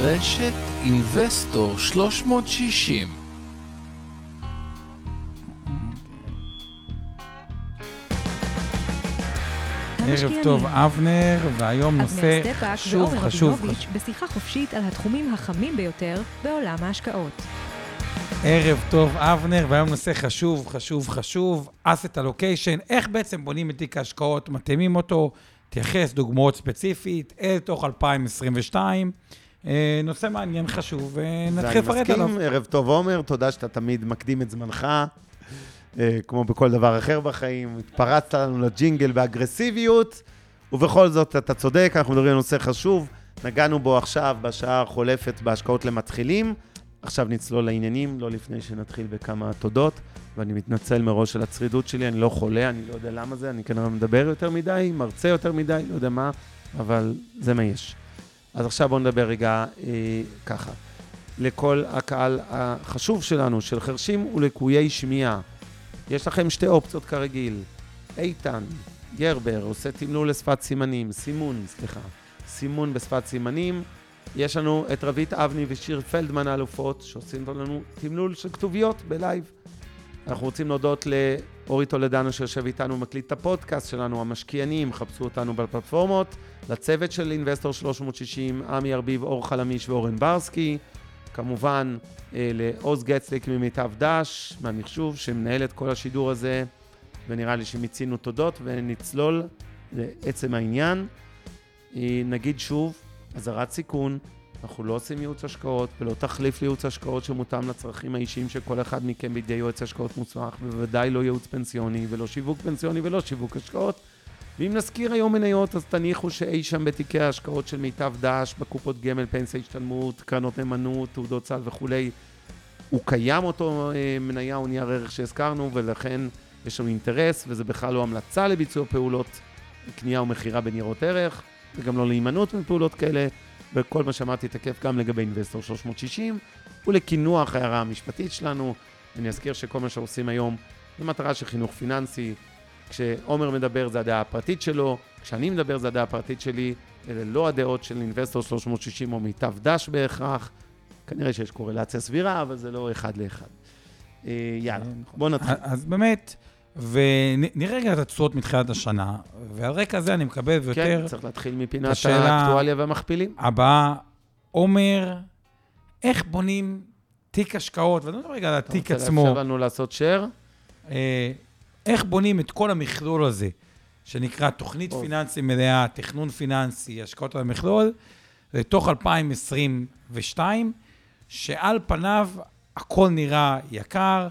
רשת אינבסטור 360. ערב טוב אבנר, והיום נושא חשוב. בשיחה חופשית על התחומים החמים ביותר בעולם ההשקעות. ערב טוב אבנר, והיום נושא חשוב, asset allocation, איך בעצם בונים את תיק ההשקעות, מתאימים אותו, תייחס דוגמאות ספציפית, אל תוך 2022, נושא מעניין חשוב, ונתחיל לפרט עליו. ערב טוב עומר, תודה שאתה תמיד מקדים את זמנך, כמו בכל דבר אחר בחיים, התפרצת לנו לג'ינגל באגרסיביות, ובכל זאת אתה צודק, אנחנו מדברים על נושא חשוב, נגענו בו עכשיו בשעה החולפת בהשקעות למתחילים, עכשיו נצלול לעניינים, לא לפני שנתחיל בכמה תודות, ואני מתנצל מראש על הצרידות שלי, אני לא חולה, אני לא יודע למה זה, אני כנראה מדבר יותר מדי, מרצה יותר מדי, לא יודע מה, אבל זה מה יש. אז עכשיו בואו נדבר רגע ככה. לכל הקהל החשוב שלנו, של חרשים ולקויי שמיעה, יש לכם שתי אופציות כרגיל. איתן, גרבר, עושה תמלול לשפת סימנים, סימון בשפת סימנים. יש לנו את רבית אבני ושיר פלדמן האלופות, שעושים לנו תמלול של כתוביות בלייב. אנחנו רוצים להודות לאורי טולדנו שיושב איתנו ומקליט את הפודקאסט שלנו, המשקיענים, חפשו אותנו בפלטפורמות, לצוות של אינבסטור 360, עמי ארביב, אור חלמיש ואורן ברסקי, כמובן לעוז גצליק ממיטב דש, מהמחשוב, שמנהל את כל השידור הזה, ונראה לי שמיצינו תודות, ונצלול לעצם העניין. נגיד שוב, אזהרת סיכון, אנחנו לא עושים ייעוץ השקעות, ולא תחליף לייעוץ השקעות שמותאם לצרכים האישיים של כל אחד מכם בידי יועץ השקעות מוצלח, ובוודאי לא ייעוץ פנסיוני, ולא שיווק פנסיוני, ולא שיווק השקעות. ואם נזכיר היום מניות, אז תניחו שאי שם בתיקי ההשקעות של מיטב דש, בקופות גמל, פנסיה השתלמות, קרנות נאמנות, תעודות סל וכולי, הוא קיים אותו מניה או נייר ערך שהזכרנו, ולכן יש לנו אינטרס, וזה בכלל לא המלצה לביצוע פעולות קנייה ומחירה בניירות ערך, וגם לא להימנעות מפעולות כאלה, וכל מה שאמרתי תקף גם לגבי אינבסטור 360, ולכינוח ההערה המשפטית שלנו. אני אזכיר שכל מה שעושים היום במטרה של חינוך פיננסי, כשעומר מדבר זה הדעה הפרטית שלו, כשאני מדבר זה הדעה הפרטית שלי, אלה לא הדעות של אינבסטור 360 או מיטב דש בהכרח, כנראה שיש קורלציה סבירה, אבל זה לא אחד לאחד. יאללה, בוא נתחיל. אז באמת, ונראה רגע את התשואות מתחילת השנה, ועל רקע זה אני מקבל ויותר... כן, צריך להתחיל מפינת האקטואליה והמכפילים. הבאה, עומר, איך בונים תיק השקעות, ואני אומר רגע על התיק עצמו. אתה רוצה לאפשר לנו לעשות שייר? איך בונים את כל המכלול הזה, שנקרא תוכנית פיננסי מלאה, תכנון פיננסי, השקעות על המכלול, לתוך 2022, שעל פניו הכל נראה יקר,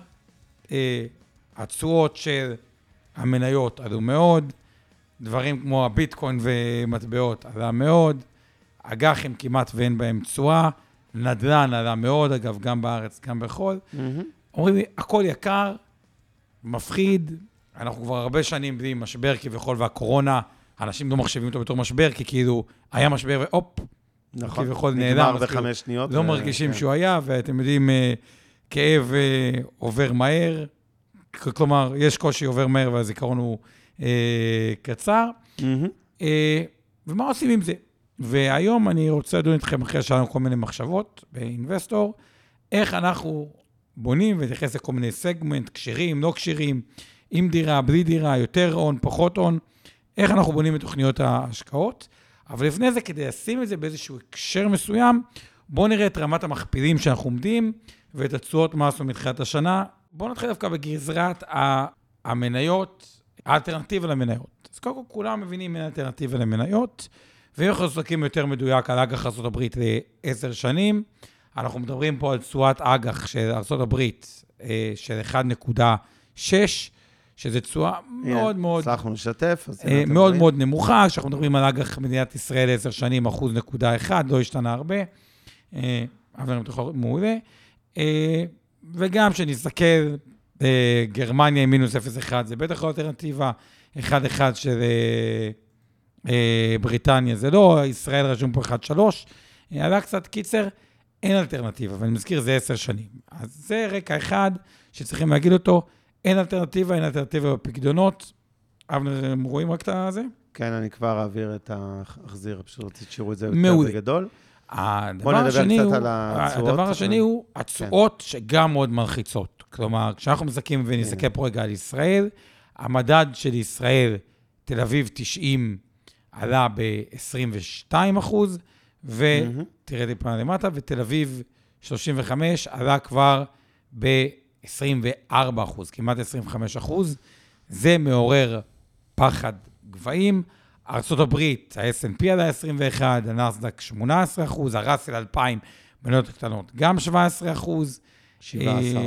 התשואות של המניות עלו מאוד, דברים כמו הביטקוין ומטבעות עלה מאוד, אג"חים כמעט ואין בהם תשואה, נדל"ן עלה מאוד, אגב, גם בארץ, גם בחול. אומרים לי, הכל יקר, מפחיד, אנחנו כבר הרבה שנים בלי משבר כביכול, והקורונה, אנשים לא מחשבים אותו בתור משבר, כי כאילו היה משבר ואופ, נכון, כביכול נעלם, נגמר ב5 שניות. לא מרגישים שהוא היה, ואתם יודעים, כאב עובר מהר, כלומר, יש קושי עובר מהר, והזיכרון הוא קצר. ומה עושים עם זה? והיום אני רוצה לדון איתכם אחרי שלנו כל מיני מחשבות באינבסטור, איך אנחנו בונים ולהתייחס לכל מיני סגמנט, קשירים, לא קשירים, עם דירה, בלי דירה, יותר הון, פחות הון, איך אנחנו בונים את תוכניות ההשקעות. אבל לפני זה, כדי לשים את זה באיזשהו הקשר מסוים, בואו נראה את רמת המכפילים שאנחנו עומדים, ואת התשואות מה עשו מתחילת השנה. בואו נתחיל דווקא בגזרת המניות, האלטרנטיבה למניות. אז קודם כל כולם מבינים אין אלטרנטיבה למניות, ואם אנחנו עוסקים יותר מדויק על אג"ח ארצות הברית ל10 שנים, אנחנו מדברים פה על תשואת אג"ח של ארצות הברית של 1.6, שזה תשואה מאוד מאוד... הצלחנו לשתף. מאוד מאוד נמוכה, כשאנחנו מדברים על אג"ח מדינת ישראל 10 שנים, 1.1%, לא השתנה הרבה, אבל הם תוכל מעולה. וגם שנסתכל, גרמניה עם מינוס 0.1, זה בטח אלטרנטיבה, 1.1 של בריטניה, זה לא, ישראל רשום פה 1.3, עלה קצת קיצר, אין אלטרנטיבה, ואני מזכיר, זה 10 שנים. אז זה רקע אחד שצריכים להגיד אותו, אין אלטרנטיבה בפקדונות. אבנר, רואים רק את זה? כן, אני כבר אעביר את ההחזיר, פשוט תשאירו את זה יותר בגדול. הדבר השני הוא התשואות שגם מאוד מלחיצות. כלומר, כשאנחנו מסתכלים ונסתכל פה רגע על ישראל, המדד של ישראל, תל אביב 90, עלה ב-22%, ותראה לי פעם למטה, ותל אביב 35 עלה כבר ב-24%, כמעט 25%. זה מעורר פחד גבהים. ארצות הברית, ה-S&P עלה 21, הנאסד"ק 18%, הראסל 2000, מניות הקטנות גם 17%, 17%.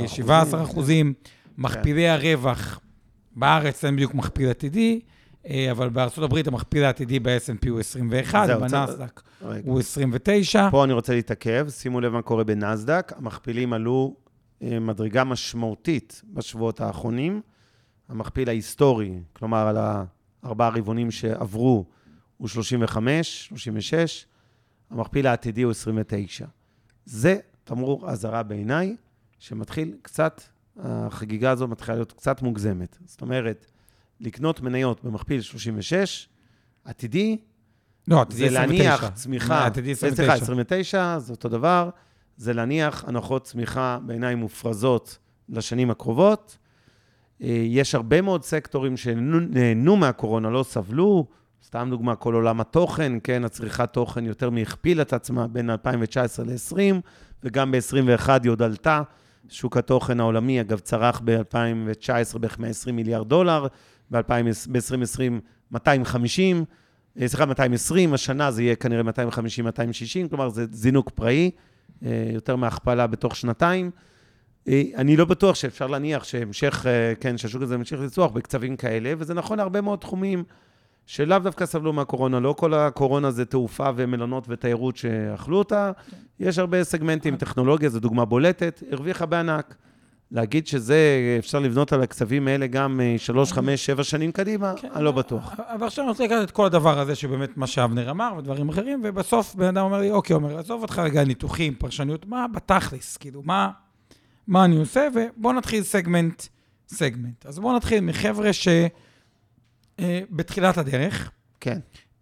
מכפילי הרווח בארץ אין בדיוק מכפיל עתידי, אבל בארצות הברית המכפיל העתידי ב-S&P הוא 21, בנאסד"ק הוא 29. פה אני רוצה להתעכב, שימו לב מה קורה בנאסד"ק, המכפילים עלו מדרגה משמעותית בשבועות האחרונים, המכפיל ההיסטורי, כלומר על ארבעה רבעונים שעברו הוא 35, 36, המכפיל העתידי הוא 29. זה תמרור אזהרה בעיניי, שמתחיל קצת, החגיגה הזו מתחילה להיות קצת מוגזמת. זאת אומרת, לקנות מניות במכפיל 36, עתידי, לא, עתידי זה 29. להניח צמיחה, עתידי 29. 29, זה אותו דבר, זה להניח הנחות צמיחה בעיניים מופרזות לשנים הקרובות, יש הרבה מאוד סקטורים שנהנו מהקורונה, לא סבלו, סתם דוגמה, כל עולם התוכן, כן, הצריכת תוכן יותר מהכפיל את עצמה בין 2019 ל-2020, וגם ב-2021 היא עוד עלתה, שוק התוכן העולמי, אגב, צרך ב-2019 בערך 120 מיליארד דולר, ב-2020 220, השנה זה יהיה כנראה 250-260, כלומר זה זינוק פראי, יותר מהכפלה בתוך שנתיים, אני לא בטוח שאפשר להניח שהמשך, כן, שהשוק הזה ממשיך לצוח בקצבים כאלה, וזה נכון להרבה מאוד תחומים שלאו דווקא סבלו מהקורונה, לא כל הקורונה זה תעופה ומלונות ותיירות שאכלו אותה, יש הרבה סגמנטים, טכנולוגיה, זו דוגמה בולטת, הרוויחה בענק. להגיד שזה אפשר לבנות על הקצבים האלה גם 3, 5, 7 שנים קדימה, אני לא בטוח. אבל עכשיו אני רוצה לקחת את כל הדבר הזה שבאמת מה שאבנר אמר ודברים אחרים, ובסוף בן אדם אומר לי, אוקיי, אומר, עזוב אותך רגע ניתוחים, פרשניות, מה בתכלס, כאילו, מה אני עושה, ובואו נתחיל סגמנט. אז בואו נתחיל מחבר'ה שבתחילת הדרך. כן.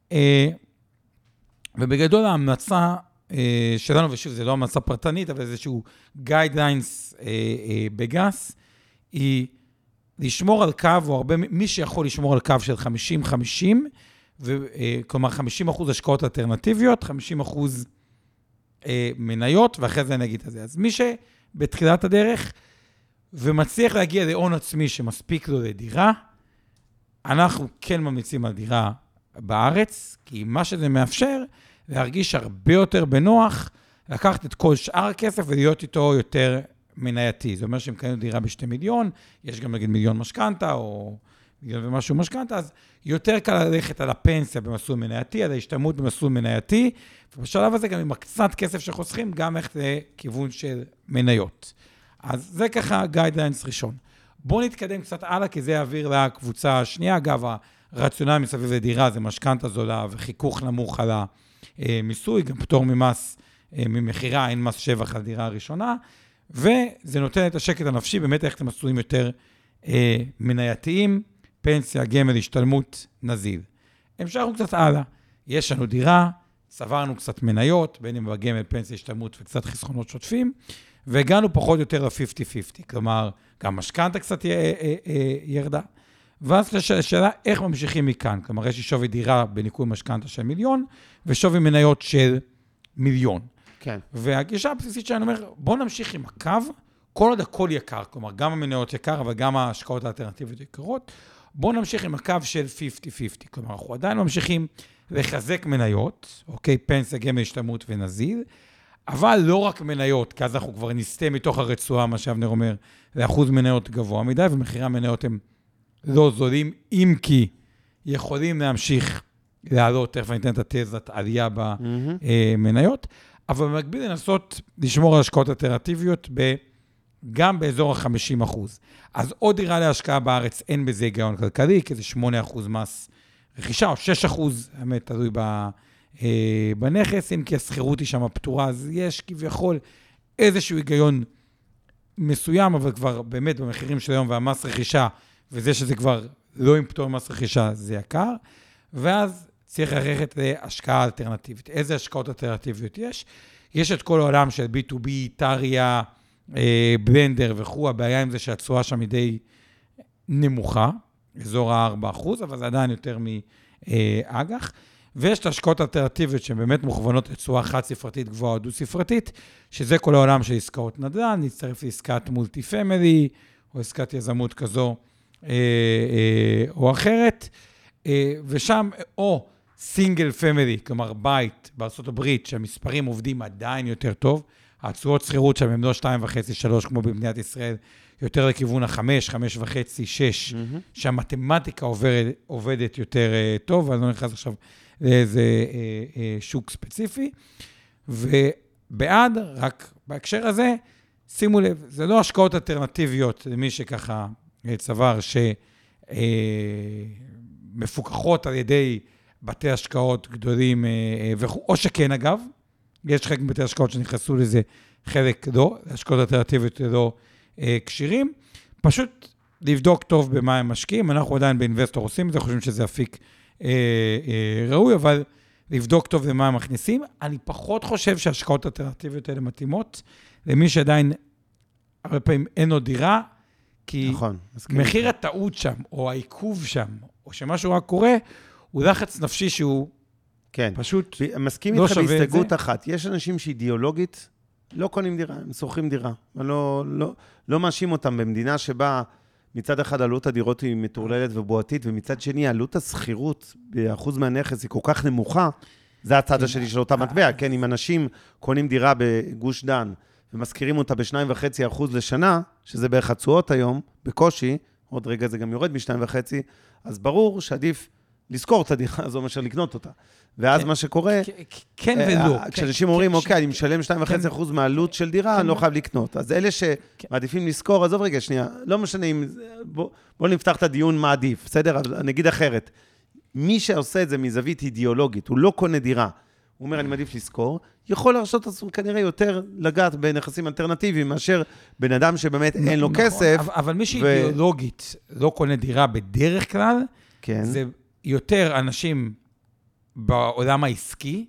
ובגדול ההמלצה שלנו, ושוב, זה לא המלצה פרטנית, אבל איזשהו guidelines בגס, היא לשמור על קו, או הרבה, מי שיכול לשמור על קו של 50-50, כלומר 50% השקעות אלטרנטיביות, 50% מניות, ואחרי זה נגיד את זה. אז מי בתחילת הדרך, ומצליח להגיע להון עצמי שמספיק לו לדירה, אנחנו כן ממליצים על דירה בארץ, כי מה שזה מאפשר, להרגיש הרבה יותר בנוח, לקחת את כל שאר הכסף ולהיות איתו יותר מנייתי. זה אומר שהם קנו דירה ב2 מיליון, יש גם נגיד מיליון משכנתה, או מיליון ומשהו משכנתה, אז יותר קל ללכת על הפנסיה במסלול מנייתי, על ההשתלמות במסלול מנייתי, ובשלב הזה גם עם קצת כסף שחוסכים, גם ללכת לכיוון של מניות. אז זה ככה גיידליינס ראשון. בואו נתקדם קצת הלאה, כי זה יעביר לקבוצה השנייה. אגב, הרציונל מסביב לדירה זה משכנתה זולה וחיכוך נמוך על המיסוי, גם פטור ממס ממחירה, אין מס שבח על דירה הראשונה, וזה נותן את השקט הנפשי, באמת איך אתם מסלולים יותר מנייתיים, פנסיה, גמל, השתלמות, נזיל. המשכנו קצת הלאה. יש לנו דירה, סברנו קצת מניות, בין אם בגמל, פנסיה, השתלמות וקצת חסכונות שוטפים, והגענו פחות או יותר ל-50-50, כלומר, גם משכנתה קצת ירדה. ואז השאלה, איך ממשיכים מכאן? כלומר, יש לי שווי דירה בניקוי משכנתה של 1,000,000, ושווי מניות של 1,000,000. כן. והגישה הבסיסית שאני אומר, בוא נמשיך עם הקו, כל עוד הכל יקר, כלומר, גם המניות יקר, אבל גם ההשקעות האלטרנטיביות יקרות, בוא נמשיך עם הקו של 50-50, כלומר, אנחנו עדיין ממשיכים לחזק מניות, אוקיי, פנסיה, גמל, השתלמות ונזיל, אבל לא רק מניות, כי אז אנחנו כבר נסתה מתוך הרצועה, מה שאבנר אומר, לאחוז מניות גבוה מדי, ומחירי המניות הם לא זולים, אם כי יכולים להמשיך לעלות, תכף אני אתן את התזת עלייה במניות, אבל במקביל לנסות לשמור על השקעות אלטרנטיביות גם באזור ה-50%. אז עוד דירה להשקעה בארץ, אין בזה היגיון כלכלי, כי זה 8% מס רכישה, או 6%, האמת, תלוי בנכס, אם כי הסחירות היא שם פתורה, אז יש כביכול איזשהו היגיון מסוים, אבל כבר באמת במחירים של היום והמס רכישה, וזה שזה כבר לא עם פטור מס רכישה, זה יקר, ואז צריך ללכת להשקעה אלטרנטיבית. איזה השקעות אלטרנטיביות יש? יש את כל העולם של B2B, טריה, בלנדר וכו', הבעיה עם זה שהתשואה שם היא די נמוכה, אזור ה-4%, אבל זה עדיין יותר מאג"ח. ויש את ההשקעות אלטרנטיביות שהן באמת מוכוונות לתשואה חד-ספרתית גבוהה או דו-ספרתית, שזה כל העולם של עסקאות נדל"ן, נצטרף לעסקת מולטי פמילי, או עסקת יזמות כזו או אחרת, ושם או סינגל פמילי, כלומר בית בארצות הברית, שהמספרים עובדים עדיין יותר טוב, התשואות שכירות שם הם לא 2.5-3 כמו במדינת ישראל, יותר לכיוון ה-5, 5.5, 6, שהמתמטיקה עובדת יותר טוב, ואני לא נכנס עכשיו לאיזה שוק ספציפי, ובעד, רק בהקשר הזה, שימו לב, זה לא השקעות אלטרנטיביות למי שככה צבר שמפוקחות על ידי בתי השקעות גדולים, או שכן אגב, יש חלק מבתי השקעות שנכנסו לזה, חלק לא, השקעות אלטרנטיביות לא קשירים, פשוט לבדוק טוב במה הם משקיעים, אנחנו עדיין באינבסטור עושים את זה, חושבים שזה אפיק ראוי, אבל לבדוק טוב במה הם מכניסים. אני פחות חושב שהשקעות אלטרנטיביות האלה מתאימות, למי שעדיין הרבה פעמים אין לו דירה, כי נכון, מחיר הטעות שם, או העיכוב שם, או שמשהו רק קורה, הוא לחץ נפשי שהוא כן. פשוט מסכים איתך בהסתגרות אחת. יש אנשים שאידיאולוגית לא קונים דירה, הם שוכרים דירה. אני לא מאשים אותם במדינה שבה מצד אחד עלות הדירות היא מטורללת ובועתית, ומצד שני עלות הסחירות באחוז מהנכס היא כל כך נמוכה, זה הצד השני של אותה מטבע. כן, אם אנשים קונים דירה בגוש דן, ומזכירים אותה ב2.5% לשנה, שזה בערך התשואות היום, בקושי, עוד רגע זה גם יורד מ2.5, אז ברור שעדיף לזכור את הדירה הזו מאשר לקנות אותה. ואז מה שקורה, כן ולא. כשאנשים אומרים, אוקיי, אני משלם 2.5% מהעלות של דירה, אני לא חייב לקנות. אז אלה שמעדיפים לזכור, עזוב רגע, שנייה, לא משנה אם, בואו נפתח את הדיון מה עדיף, בסדר? נגיד אחרת. מי שעושה את זה מזווית אידיאולוגית, הוא לא קונה דירה, הוא אומר, אני מעדיף לזכור, יכול להרשות עצמו כנראה יותר לגעת בנכסים אלטרנטיביים, מאשר בן אדם שבאמת אין לו כסף. אבל מי שאידיאולוגית לא קונה דירה בדרך כלל, זה יותר אנשים בעולם העסקי,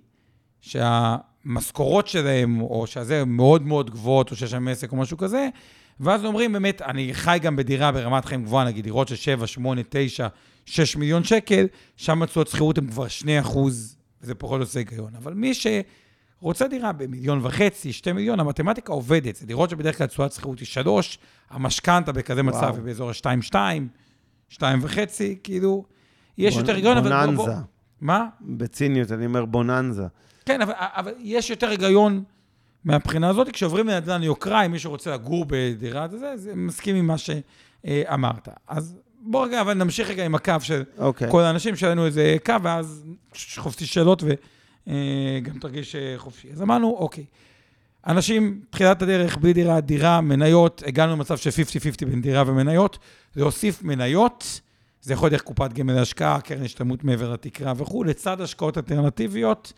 שהמשכורות שלהם, או שזה מאוד מאוד גבוהות, או שיש שם עסק או משהו כזה, ואז אומרים באמת, אני חי גם בדירה ברמת חיים גבוהה, נגיד דירות של 7, 8, 9, 6 מיליון שקל, שם התשואות שכירות הם כבר 2%, וזה פחות עושה היגיון. אבל מי שרוצה דירה ב1.5 מיליון, 2 מיליון, המתמטיקה עובדת. זה דירות שבדרך כלל תשואת שכירות היא 3, המשכנתה בכזה מצב היא באזור ה-2.2, 2.5, כאילו, יש יותר היגיון, אבל בוננזה. מה? בציניות, אני אומר בוננזה. כן, אבל יש יותר היגיון מהבחינה הזאת, כשעוברים לנדל"ן יוקרה, אם מישהו רוצה לגור בדירה, זה מסכים עם מה שאמרת. אז בוא רגע, אבל נמשיך רגע עם הקו של כל האנשים, שלנו איזה קו, ואז חופשי שאלות וגם תרגיש חופשי. אז אמרנו, אוקיי, אנשים, תחילת הדרך, בלי דירה, דירה, מניות, הגענו למצב של 50-50 בין דירה ומניות, להוסיף מניות, זה יכול להיות קופת גמל להשקעה, קרן השתלמות מעבר לתקרה וכו', לצד השקעות אלטרנטיביות,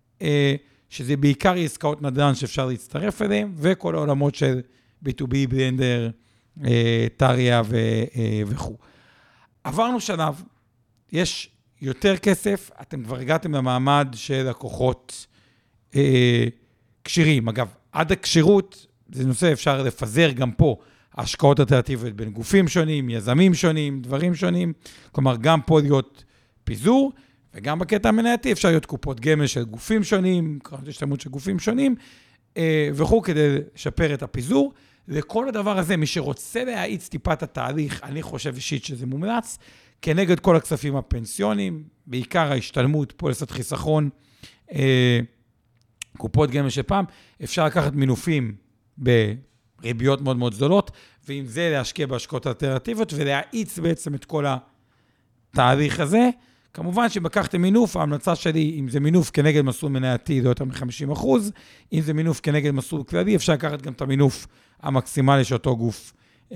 שזה בעיקר עסקאות נדל"ן שאפשר להצטרף אליהם, וכל העולמות של B2B, בלנדר, טריה וכו'. עברנו שלב, יש יותר כסף, אתם כבר הגעתם למעמד של לקוחות קשירים. אגב, עד הקשירות, זה נושא אפשר לפזר גם פה, השקעות אלטרנטיביות בין גופים שונים, יזמים שונים, דברים שונים, כלומר גם פה להיות פיזור, וגם בקטע המנייתי אפשר להיות קופות גמל של גופים שונים, קרנות השתלמות של גופים שונים, וכו' כדי לשפר את הפיזור. לכל הדבר הזה, מי שרוצה להאיץ טיפת התהליך, אני חושב אישית שזה מומלץ, כנגד כל הכספים הפנסיונים, בעיקר ההשתלמות, פוליסת חיסכון, קופות גמל שפעם, אפשר לקחת מינופים בריביות מאוד מאוד גדולות, ועם זה להשקיע בהשקעות אלטרנטיביות, ולהאיץ בעצם את כל התהליך הזה. כמובן שבקחתם מינוף, ההמלצה שלי, אם זה מינוף כנגד מסלול מנייתי, זה יותר מ-50%, אם זה מינוף כנגד מסלול כללי, אפשר לקחת גם את המינוף המקסימלי שאותו גוף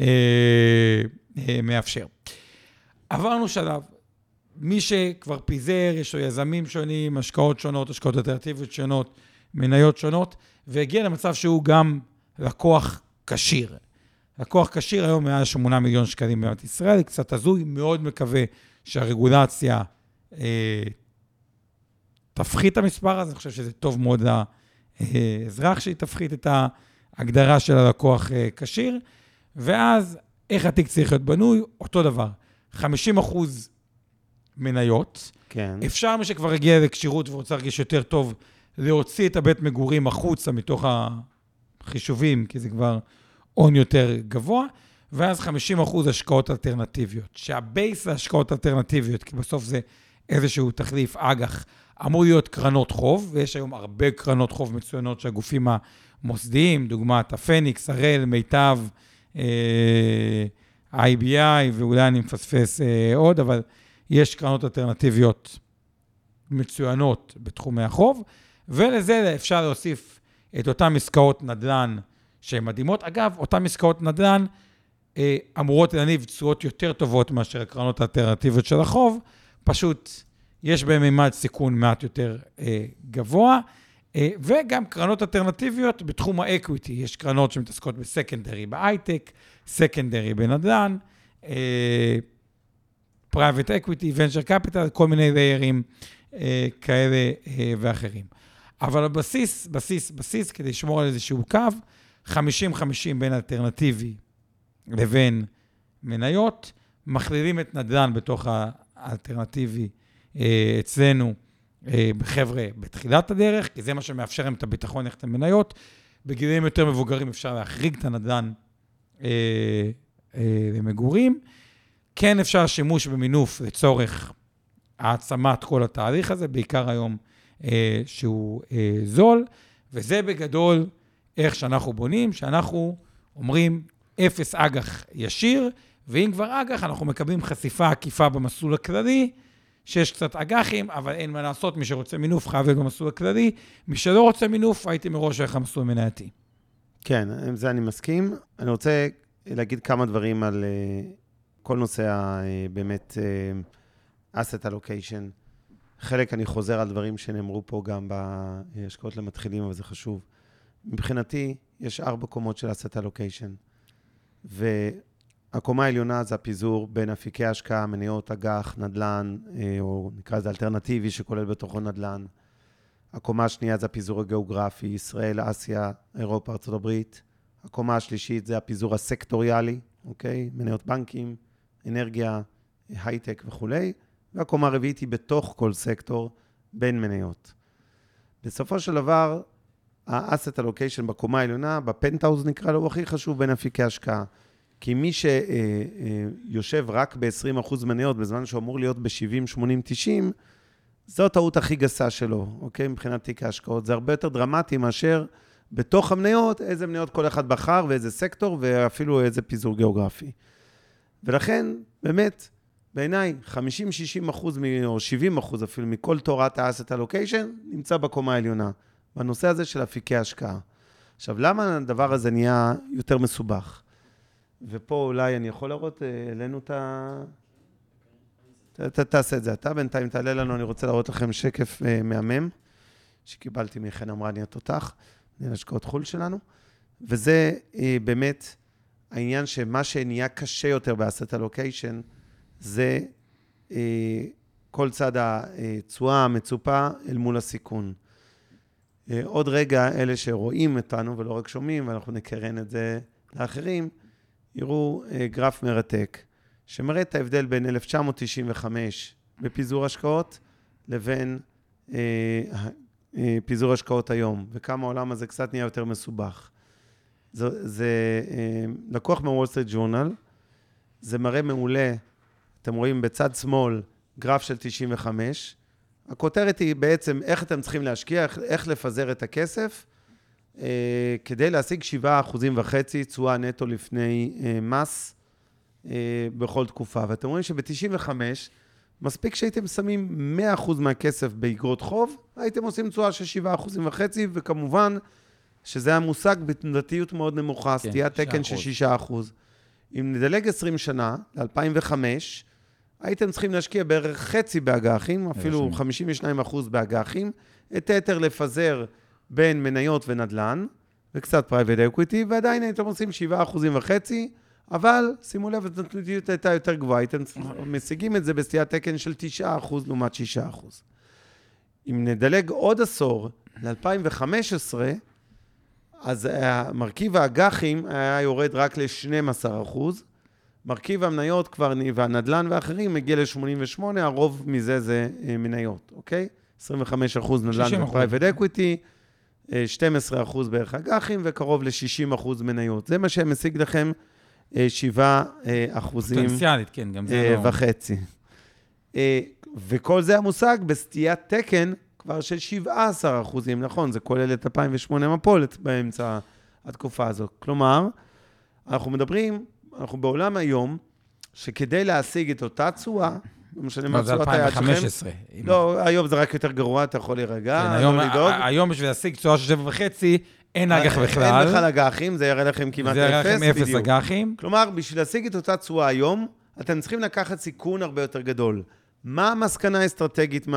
מאפשר. עברנו שלב, מי שכבר פיזר, יש לו יזמים שונים, השקעות שונות, השקעות אלטרנטיביות שונות, מניות שונות, והגיע למצב שהוא גם לקוח קשיר. לקוח קשיר היום מעל 8 מיליון שקלים במדינת ישראל, קצת הזוי, מאוד מקווה שהרגולציה תפחית את המספר הזה, אני חושב שזה טוב מאוד לאזרח שהיא תפחית את ההגדרה של הלקוח כשיר, ואז איך התיק צריך להיות בנוי? אותו דבר, 50% מניות, כן. אפשר מי שכבר הגיע לקשירות ורוצה להרגיש יותר טוב, להוציא את הבית מגורים החוצה מתוך החישובים, כי זה כבר הון יותר גבוה, ואז 50% השקעות אלטרנטיביות, שהבייס להשקעות אלטרנטיביות, כי בסוף זה איזשהו תחליף אג"ח, אמור להיות קרנות חוב, ויש היום הרבה קרנות חוב מצוינות שהגופים המוסדיים, דוגמת הפניקס, הראל, מיטב, IBI, ואולי אני מפספס עוד, אבל יש קרנות אלטרנטיביות מצוינות בתחומי החוב, ולזה אפשר להוסיף את אותן עסקאות נדל"ן שהן מדהימות. אגב, אותן עסקאות נדל"ן אמורות להניב תשואות יותר טובות מאשר הקרנות האלטרנטיביות של החוב, פשוט יש בהן ממד סיכון מעט יותר גבוה, וגם קרנות אלטרנטיביות בתחום האקוויטי, יש קרנות שמתעסקות בסקנדרי בהייטק, סקנדרי בנדל"ן, פרייבט אקוויטי, ונצ'ר קפיטל, כל מיני ליירים כאלה ואחרים. אבל הבסיס, כדי לשמור על איזשהו קו, 50-50 בין אלטרנטיבי לבין מניות, מכלילים את נדל"ן בתוך האלטרנטיבי אצלנו, בחבר'ה בתחילת הדרך, כי זה מה שמאפשר להם את הביטחון ללכת למניות. בגילים יותר מבוגרים אפשר להחריג את הנדל"ן למגורים. כן אפשר שימוש במינוף לצורך העצמת כל התהליך הזה, בעיקר היום שהוא זול, וזה בגדול איך שאנחנו בונים, שאנחנו אומרים 0 אג"ח ישיר, ואם כבר אג"ח אנחנו מקבלים חשיפה עקיפה במסלול הכללי, שיש קצת אג"חים, אבל אין מה לעשות, מי שרוצה מינוף חייב להיות במסלול הכללי, מי שלא רוצה מינוף, הייתי מראש איך המסלול מנייתי. כן, עם זה אני מסכים. אני רוצה להגיד כמה דברים על כל נושא באמת asset allocation. חלק אני חוזר על דברים שנאמרו פה גם בהשקעות למתחילים, אבל זה חשוב. מבחינתי, יש 4 קומות של asset allocation, והקומה העליונה זה הפיזור בין אפיקי השקעה, מניות, אג"ח, נדל"ן, או נקרא לזה אלטרנטיבי שכולל בתוכו נדל"ן. הקומה השנייה זה הפיזור הגיאוגרפי, ישראל, אסיה, אירופה, ארצות הברית. הקומה השלישית זה הפיזור הסקטוריאלי, אוקיי? מניות בנקים, אנרגיה, הייטק וכו'. והקומה הרביעית היא בתוך כל סקטור בין מניות. בסופו של דבר, ה-asset allocation בקומה העליונה, בפנטהאוז נקרא לו, הוא הכי חשוב בין אפיקי השקעה. כי מי שיושב רק ב-20% מניות, בזמן שהוא אמור להיות ב-70, 80, 90, זו הטעות הכי גסה שלו, אוקיי? מבחינת תיק ההשקעות. זה הרבה יותר דרמטי מאשר בתוך המניות, איזה מניות כל אחד בחר, ואיזה סקטור, ואפילו איזה פיזור גיאוגרפי. ולכן, באמת, בעיניי, 50-60% או 70% אפילו מכל תורת ה-asset allocation, נמצא בקומה העליונה, בנושא הזה של אפיקי השקעה. עכשיו, למה הדבר הזה נהיה יותר מסובך? ופה אולי אני יכול לראות אלינו את תעשה את זה. אתה בינתיים תעלה לנו, אני רוצה להראות לכם שקף מהמם, שקיבלתי מחן אמרני התותח, להשקעות חול שלנו, וזה באמת העניין שמה שנהיה קשה יותר ב-asset allocation, זה כל צד התשואה המצופה אל מול הסיכון. עוד רגע, אלה שרואים אותנו ולא רק שומעים, ואנחנו נקרן את זה לאחרים, יראו גרף מרתק, שמראה את ההבדל בין 1995 בפיזור השקעות, לבין פיזור השקעות היום, וכמה העולם הזה קצת נהיה יותר מסובך. זה לקוח מוול סטריט ג'ורנל, זה מראה מעולה, אתם רואים בצד שמאל גרף של 95, הכותרת היא בעצם איך אתם צריכים להשקיע, איך לפזר את הכסף, כדי להשיג 7.5% תשואה נטו לפני מס בכל תקופה. ואתם רואים שב-95, מספיק שהייתם שמים 100% מהכסף באגרות חוב, הייתם עושים תשואה של 7.5%, וכמובן שזה המושג בתנודתיות מאוד נמוכה, סטיית תקן של 6%. אם נדלג 20 שנה, ל-2005, הייתם צריכים להשקיע בערך חצי באג"חים, אפילו 52% באג"חים, את היתר לפזר בין מניות ונדל"ן, וקצת פרייבט אקוויטי, ועדיין הייתם עושים 7.5%, אבל שימו לב, התנודתיות הייתה יותר גבוהה, הייתם משיגים את זה בסטיית תקן של 9% לעומת 6%. אם נדלג עוד עשור ל-2015, אז מרכיב האג"חים היה יורד רק ל-12%, מרכיב המניות כבר, והנדל"ן ואחרים מגיע ל-88%, הרוב מזה זה מניות, אוקיי? 25% נדל"ן ו-private equity, 12% בערך אג"חים וקרוב ל-60% מניות. זה מה שהם משיג לכם 7%. פוטנציאלית, כן, גם זה לא... וחצי. וכל זה המושג בסטיית תקן כבר של 17%, נכון? זה כולל את 2008 מפולת באמצע התקופה הזאת. כלומר, אנחנו מדברים, אנחנו בעולם היום, שכדי להשיג את אותה צועה, לא משנה מה צועת היד שלכם. 2015. לא, היום זה רק יותר גרוע, אתה יכול להירגע, לא לדאוג. היום בשביל להשיג צועה של 7.5, אין אג"ח בכלל. אין בכלל אג"חים, זה יראה לכם כמעט אפס. זה יראה לכם אפס אג"חים. כלומר, בשביל להשיג את אותה צועה היום, אתם צריכים לקחת סיכון הרבה יותר גדול. מה המסקנה האסטרטגית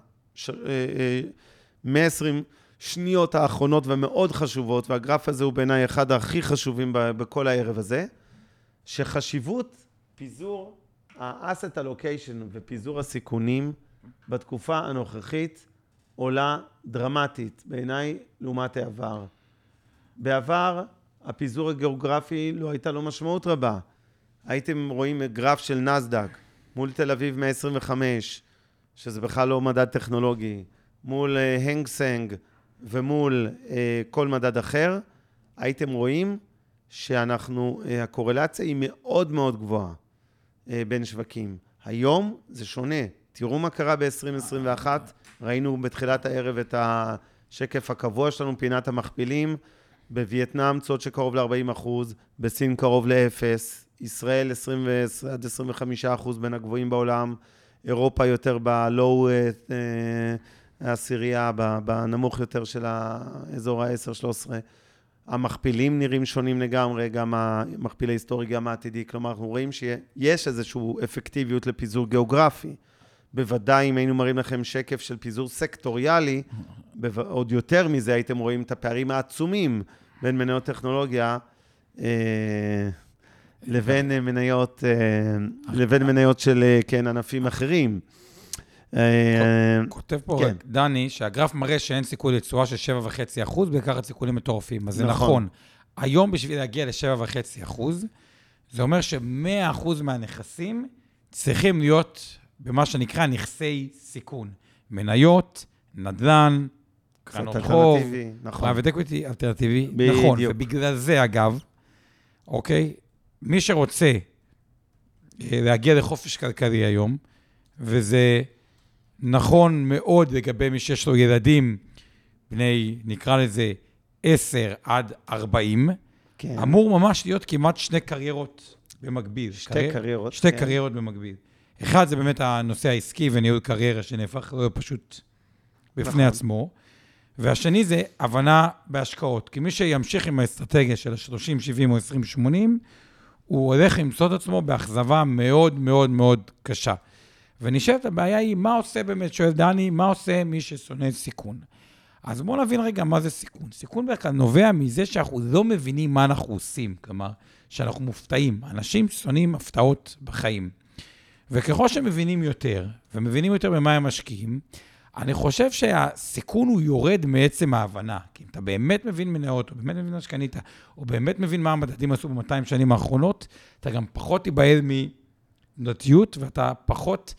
120 שניות האחרונות ומאוד חשובות, והגרף הזה הוא בעיניי אחד הכי חשובים בכל הערב הזה, שחשיבות פיזור ה-asset allocation ופיזור הסיכונים בתקופה הנוכחית עולה דרמטית, בעיניי לעומת העבר. בעבר, הפיזור הגיאוגרפי לא הייתה לו משמעות רבה. הייתם רואים גרף של נסדק, מול תל אביב 125, שזה בכלל לא מדד טכנולוגי, מול הנג סנג ומול כל מדד אחר, הייתם רואים הקורלציה היא מאוד מאוד גבוהה בין שווקים. היום זה שונה. תראו מה קרה ב-2021, ראינו בתחילת הערב את השקף הקבוע שלנו, פינת המכפילים, בווייטנאם צוד שקרוב ל-40%, בסין קרוב ל-0, ישראל 20-25% בין הגבוהים בעולם, אירופה יותר בלואו העשירייה, בנמוך יותר של האזור ה-10-13. המכפילים נראים שונים לגמרי, גם המכפיל ההיסטורי, גם העתידי. כלומר, אנחנו רואים שיש איזושהי אפקטיביות לפיזור גיאוגרפי. בוודאי, אם היינו מראים לכם שקף של פיזור סקטוריאלי, עוד יותר מזה הייתם רואים את הפערים העצומים בין מניות טכנולוגיה לבין מניות של ענפים אחרים. כותב פה רק דני, שהגרף מראה שאין סיכוי לתשואה של 7.5%, בעיקר סיכונים מטורפים. אז זה נכון. היום בשביל להגיע ל-7.5%, זה אומר ש100% מהנכסים צריכים להיות במה שנקרא נכסי סיכון. מניות, נדל"ן, קרנות חוב, private equity, אלטרנטיבי. נכון, ובגלל זה אגב, אוקיי, מי שרוצה להגיע לחופש כלכלי היום, וזה נכון מאוד לגבי מי שיש לו ילדים בני, נקרא לזה, 10 עד 40, כן. אמור ממש להיות כמעט 2 קריירות במקביל. שתי קריירות במקביל. אחד זה באמת הנושא העסקי וניהול קריירה שנהפך פשוט בפני עצמו, והשני זה הבנה בהשקעות. כי מי שימשיך עם האסטרטגיה של ה-30, 70 או 20, 80, הוא הולך למצוא את עצמו באכזבה מאוד מאוד מאוד קשה. ונשאלת הבעיה היא, מה עושה באמת, שואל דני, מה עושה מי ששונא סיכון? אז בואו נבין רגע מה זה סיכון. סיכון בכלל נובע מזה שאנחנו לא מבינים מה אנחנו עושים, כלומר, שאנחנו מופתעים. אנשים שונאים הפתעות בחיים. וככל שמבינים יותר, ומבינים יותר במה הם משקיעים, אני חושב שהסיכון הוא יורד מעצם ההבנה. כי אם אתה באמת מבין מניות, או באמת מבין מה שקנית, או באמת מבין מה המדדים עשו ב-200 שנים האחרונות, אתה גם פחות תיבהל תנודתיות, ואתה פחות,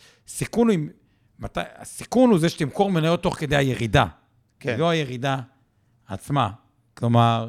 הסיכון הוא זה שתמכור מניות תוך כדי הירידה. כן. לא הירידה עצמה. כלומר,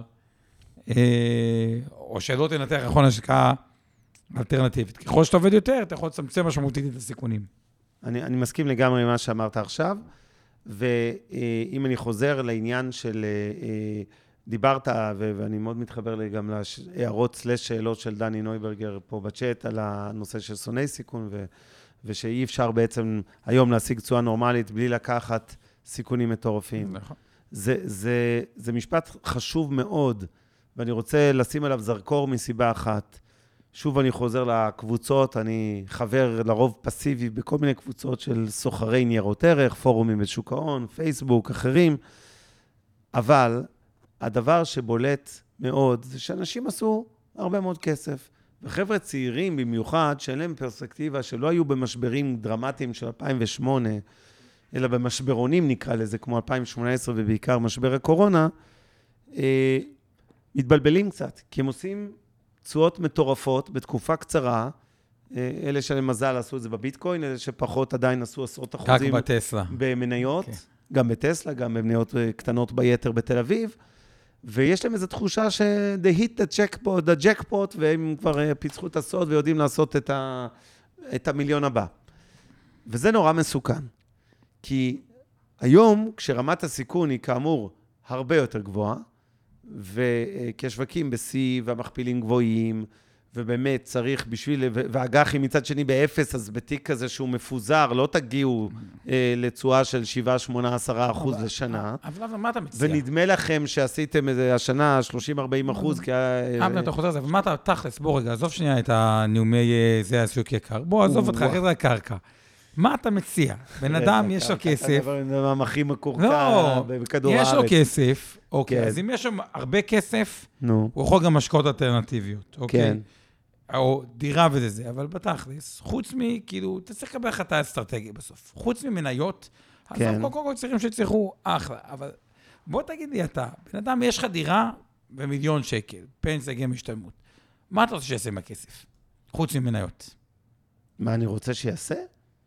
או שלא תנתח נכון השקעה אלטרנטיבית. ככל שאתה עובד יותר, אתה יכול לצמצם משמעותית את הסיכונים. אני מסכים לגמרי עם מה שאמרת עכשיו, ואם אני חוזר לעניין של, דיברת, ואני מאוד מתחבר גם להערות שאלות של דני נויברגר פה בצ'אט, על הנושא של שונאי סיכון, ושאי אפשר בעצם היום להשיג תשואה נורמלית, בלי לקחת סיכונים מטורפים. נכון. זה משפט חשוב מאוד, ואני רוצה לשים עליו זרקור מסיבה אחת. שוב אני חוזר לקבוצות, אני חבר לרוב פסיבי בכל מיני קבוצות של סוחרי ניירות ערך, פורומים בשוק ההון, פייסבוק, אחרים, אבל הדבר שבולט מאוד זה שאנשים עשו הרבה מאוד כסף, וחבר'ה צעירים במיוחד, שאין להם פרספקטיבה, שלא היו במשברים דרמטיים של 2008, אלא במשברונים נקרא לזה, כמו 2018 ובעיקר משבר הקורונה, מתבלבלים קצת, כי הם עושים תשואות מטורפות בתקופה קצרה, אלה שלמזל עשו את זה בביטקוין, אלה שפחות עדיין עשו עשרות אחוזים במניות, גם בטסלה, גם במניות קטנות ביתר בתל אביב, ויש להם איזו תחושה ש-they hit the jackpot, והם כבר פיצחו את הסוד ויודעים לעשות את המיליון הבא. וזה נורא מסוכן, כי היום, כשרמת הסיכון היא כאמור הרבה יותר גבוהה, וכשווקים ב-C והמכפילים גבוהים, ובאמת צריך בשביל, והאג"חים מצד שני באפס, אז בתיק כזה שהוא מפוזר, לא תגיעו לתשואה של 7-8-10% לשנה. אבל מה אתה מציע? ונדמה לכם שעשיתם השנה 30-40%, כי... אתה חוזר לזה, ומה אתה תכלס? בוא רגע, עזוב שנייה את הנאומי זה השוק יקר. בוא, עזוב אותך, אחרי זה הקרקע. מה אתה מציע? בן אדם יש לו כסף. בן אדם הכי מקורקע בכדור הארץ. יש לו כסף, אוקיי, אז אם יש לו הרבה כסף, הוא יכול גם משקעות אלטרנטיביות, אוקיי? או דירה וזה, אבל בתכלס, חוץ כאילו, אתה צריך לקבל החלטה אסטרטגית בסוף. חוץ ממניות, אז כל צריכים שצריכו אחלה, אבל בוא תגיד לי אתה, בן אדם יש לך דירה ב1,000,000 שקל, פנסיה גם השתלמות. מה אתה רוצה שיעשה עם הכסף? חוץ ממניות. מה אני רוצה שיעשה?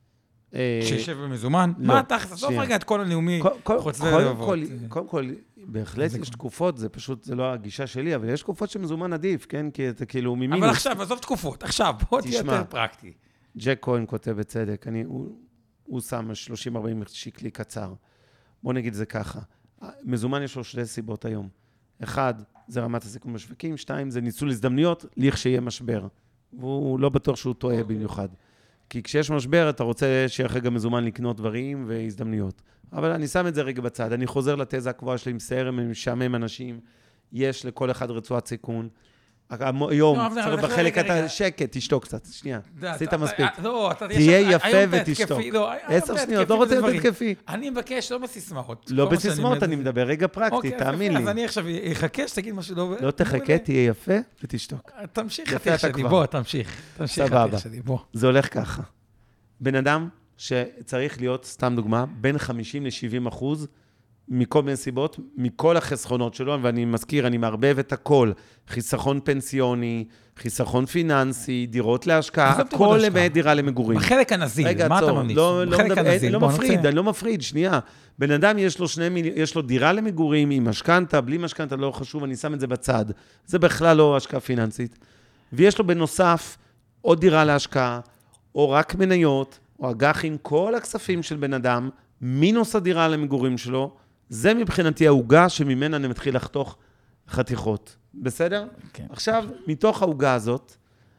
שישב במזומן? מה אתה חסוף רגע את כל הנאומי חוץ ללבבות? קודם כל, בהחלט יש תקופות, זה פשוט, זה לא הגישה שלי, אבל יש תקופות שמזומן עדיף, כן? כי אתה כאילו ממינוס. אבל עכשיו, עזוב תקופות, עכשיו, בוא תהיה יותר פרקטי. ג'ק כהן כותב בצדק, הוא שם 30-40 שקלי קצר. בוא נגיד זה ככה, מזומן יש לו שתי סיבות היום. אחד, זה רמת הסיכון בשווקים, 2, זה ניצול הזדמנויות, לכשיהיה משבר. והוא לא בטוח שהוא טועה במיוחד. כי כשיש משבר, אתה רוצה שיהיה לך גם מזומן לקנות דברים והזדמנויות. אבל אני שם את זה רגע בצד. אני חוזר לתזה הקבועה שלי עם סערם, משעמם אנשים. יש לכל אחד רצועת סיכון. היום, צריך בחלק אתה שקט, תשתוק קצת. שנייה, עשית מספיק. תהיה יפה ותשתוק. 10 שניות, לא רוצה להיות התקפי. אני מבקש, לא בסיסמאות. לא בסיסמאות, אני מדבר רגע פרקטי, תאמין לי. אז אני עכשיו אחכה שתגיד משהו לא... לא תחכה, תהיה יפה ותשתוק. תמשיך חתיך שלי, בוא, תמשיך. סבבה. זה הולך ככה. בן אדם שצריך להיות, סתם דוגמה, בין 50-70% מכל מיני סיבות, מכל החסכונות שלו, ואני מזכיר, אני מערבב את הכל, חיסכון פנסיוני, חיסכון פיננסי, דירות להשקעה, הכל למעט דירה למגורים. בחלק הנזיל, מה אתה ממליץ? בחלק הנזיל, לא מפריד, אני לא מפריד, שנייה. בן אדם יש לו דירה למגורים, עם משכנתה, בלי משכנתה, לא חשוב, אני שם את זה בצד. זה בכלל לא השקעה פיננסית. ויש לו בנוסף עוד דירה להשקעה, או רק מניות, או אג"חים, כל הכספים של בן אדם, מינוס הדירה למגורים שלו, זה מבחינתי העוגה שממנה אני מתחיל לחתוך חתיכות. בסדר? כן. עכשיו, מתוך העוגה הזאת,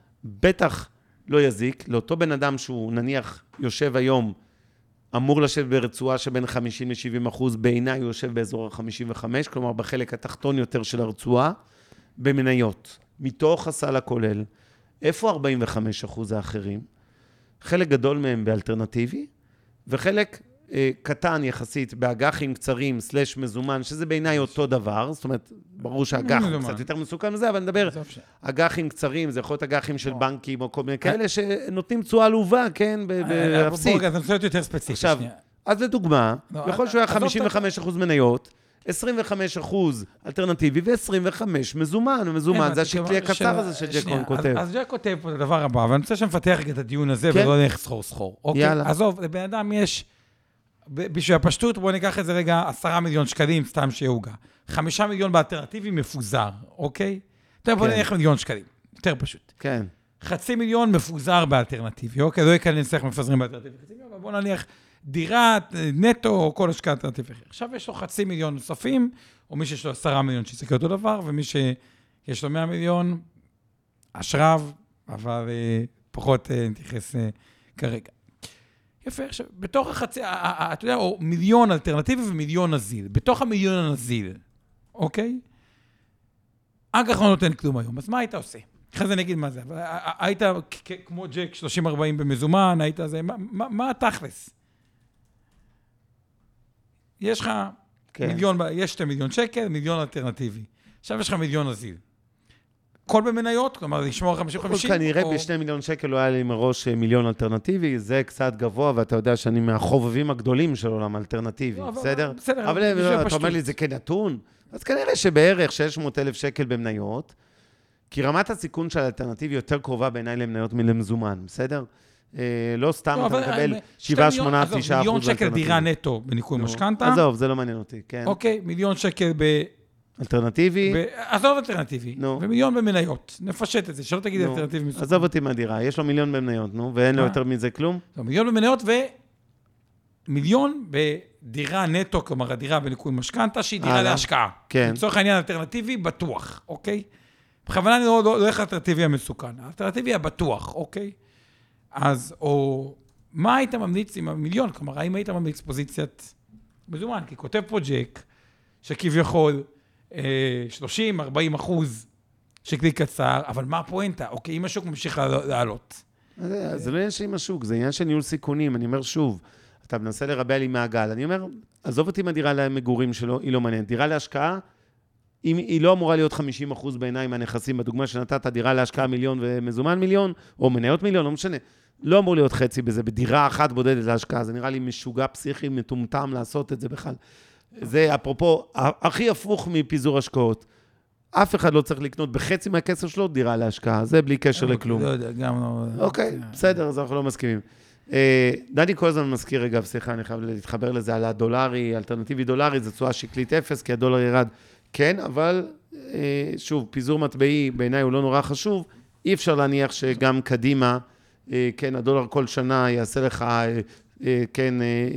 בטח לא יזיק, לאותו בן אדם שהוא נניח יושב היום, אמור לשבת ברצועה שבין 50-70%, בעיניי הוא יושב באזור ה-55, כלומר בחלק התחתון יותר של הרצועה, במניות. מתוך הסל הכולל, איפה 45% האחרים? חלק גדול מהם באלטרנטיבי, וחלק קטן יחסית באג"חים קצרים סלש מזומן, שזה בעיניי אותו דבר, זאת אומרת, ברור שהאג"ח הוא קצת יותר מסוכן מזה, אבל נדבר, אג"חים קצרים, זה יכול להיות אג"חים של בנקים או כל מיני כאלה שנותנים תשואה עלובה, כן, באפסית. בוא, זה נושא יותר ספציפי. עכשיו, אז לדוגמה, יכול שהיה 55% מניות, 25% אלטרנטיבי ו-25 מזומן, ומזומן זה השקלי הקצר הזה שג'ק כהן כותב. אז ג'ק כותב פה את הדבר הבא, ואני רוצה שנפתח את הדיון הזה, ולא נלך סחור. יאללה. עזוב, לבן אדם יש, בשביל הפשטות, בואו ניקח את זה רגע, 10 מיליון שקלים, סתם שיעוגה. 5 מיליון באלטרנטיבי מפוזר, אוקיי? בואו נלך מיליון שקלים, יותר פשוט. כן. 500,000 מפוזר באלטרנטיבי, אוקיי? לא ייכנס איך מפזרים באלטרנטיבי. אבל בואו נניח דירה, נטו, או כל השקעה אלטרנטיבי. עכשיו יש לו 500,000 נוספים, או מי שיש לו 10 מיליון שיסתכל אותו דבר, ומי שיש לו 100 מיליון, אשרב, אבל פחות נתייחס כרגע. יפה, עכשיו, בתוך החצי, אתה יודע, או מיליון אלטרנטיבי ומיליון נזיל. בתוך המיליון הנזיל, אוקיי? אג"ח לא נותן כלום היום, אז מה היית עושה? אחרי זה נגיד מה זה, היית כמו ג'ק 30-40 במזומן, היית זה, מה התכלס? יש לך מיליון, יש 2 מיליון שקל, מיליון אלטרנטיבי. עכשיו יש לך מיליון נזיל. הכל במניות, כלומר, לשמור 50-50. כנראה ב2 מיליון שקל לא היה לי מראש מיליון אלטרנטיבי, זה קצת גבוה, ואתה יודע שאני מהחובבים הגדולים של עולם אלטרנטיבי, בסדר? בסדר. אבל אתה אומר לי, זה כנתון? אז כנראה שבערך 600,000 שקל במניות, כי רמת הסיכון של האלטרנטיבי יותר קרובה בעיניי למניות מלמזומן, בסדר? לא סתם אתה מקבל 7, 8, 9%. מיליון שקל דירה נטו בניכוי משכנתה. עזוב, זה לא מעניין אותי, כן. אוקיי, מיליון שקל אלטרנטיבי. עזוב אלטרנטיבי, ומיליון במניות. נפשט את זה, שלא תגיד אלטרנטיבי מסוים. עזוב אותי מהדירה, יש לו מיליון במניות, ואין לו יותר מזה כלום? מיליון במניות ומיליון בדירה נטו, כלומר הדירה בניכוי משכנתה, שהיא דירה להשקעה. כן. לצורך העניין אלטרנטיבי בטוח, אוקיי? בכוונה אני לא הולך לאלטרנטיבי המסוכן, האלטרנטיבי הבטוח, אוקיי? אז, או מה היית ממליץ עם המיליון? כלומר, האם היית ממליץ פוזיציית מזומן? כי כותב פה ג'ק, שכביכול 30-40% שקלי קצר, אבל מה הפואנטה? אוקיי, אם השוק ממשיך לעלות. זה לא עניין של עם השוק, זה עניין של ניהול סיכונים. אני אומר שוב, אתה מנסה לרבע לי מעגל. אני אומר, עזוב אותי מהדירה למגורים שלו, היא לא מעניינת. דירה להשקעה, היא לא אמורה להיות 50% בעיניי מהנכסים. בדוגמה שנתת, דירה להשקעה מיליון ומזומן מיליון, או מניות מיליון, לא משנה. לא אמור להיות חצי בזה, בדירה אחת בודדת להשקעה. זה נראה לי משוגע פסיכי, מטומטם לעשות את זה בכלל. זה, אפרופו, הכי הפוך מפיזור השקעות. אף אחד לא צריך לקנות בחצי מהכסף שלו דירה להשקעה. זה בלי קשר לכלום. לא יודע, גם לא... אוקיי, בסדר, אז אנחנו לא מסכימים. דני כל הזמן מזכיר, רגע, סליחה, אני חייב להתחבר לזה, על הדולרי, אלטרנטיבי דולרי, זה תשואה שקלית 0, כי הדולר ירד. כן, אבל, שוב, פיזור מטבעי, בעיניי הוא לא נורא חשוב, אי אפשר להניח שגם קדימה, כן, הדולר כל שנה יעשה לך, כן,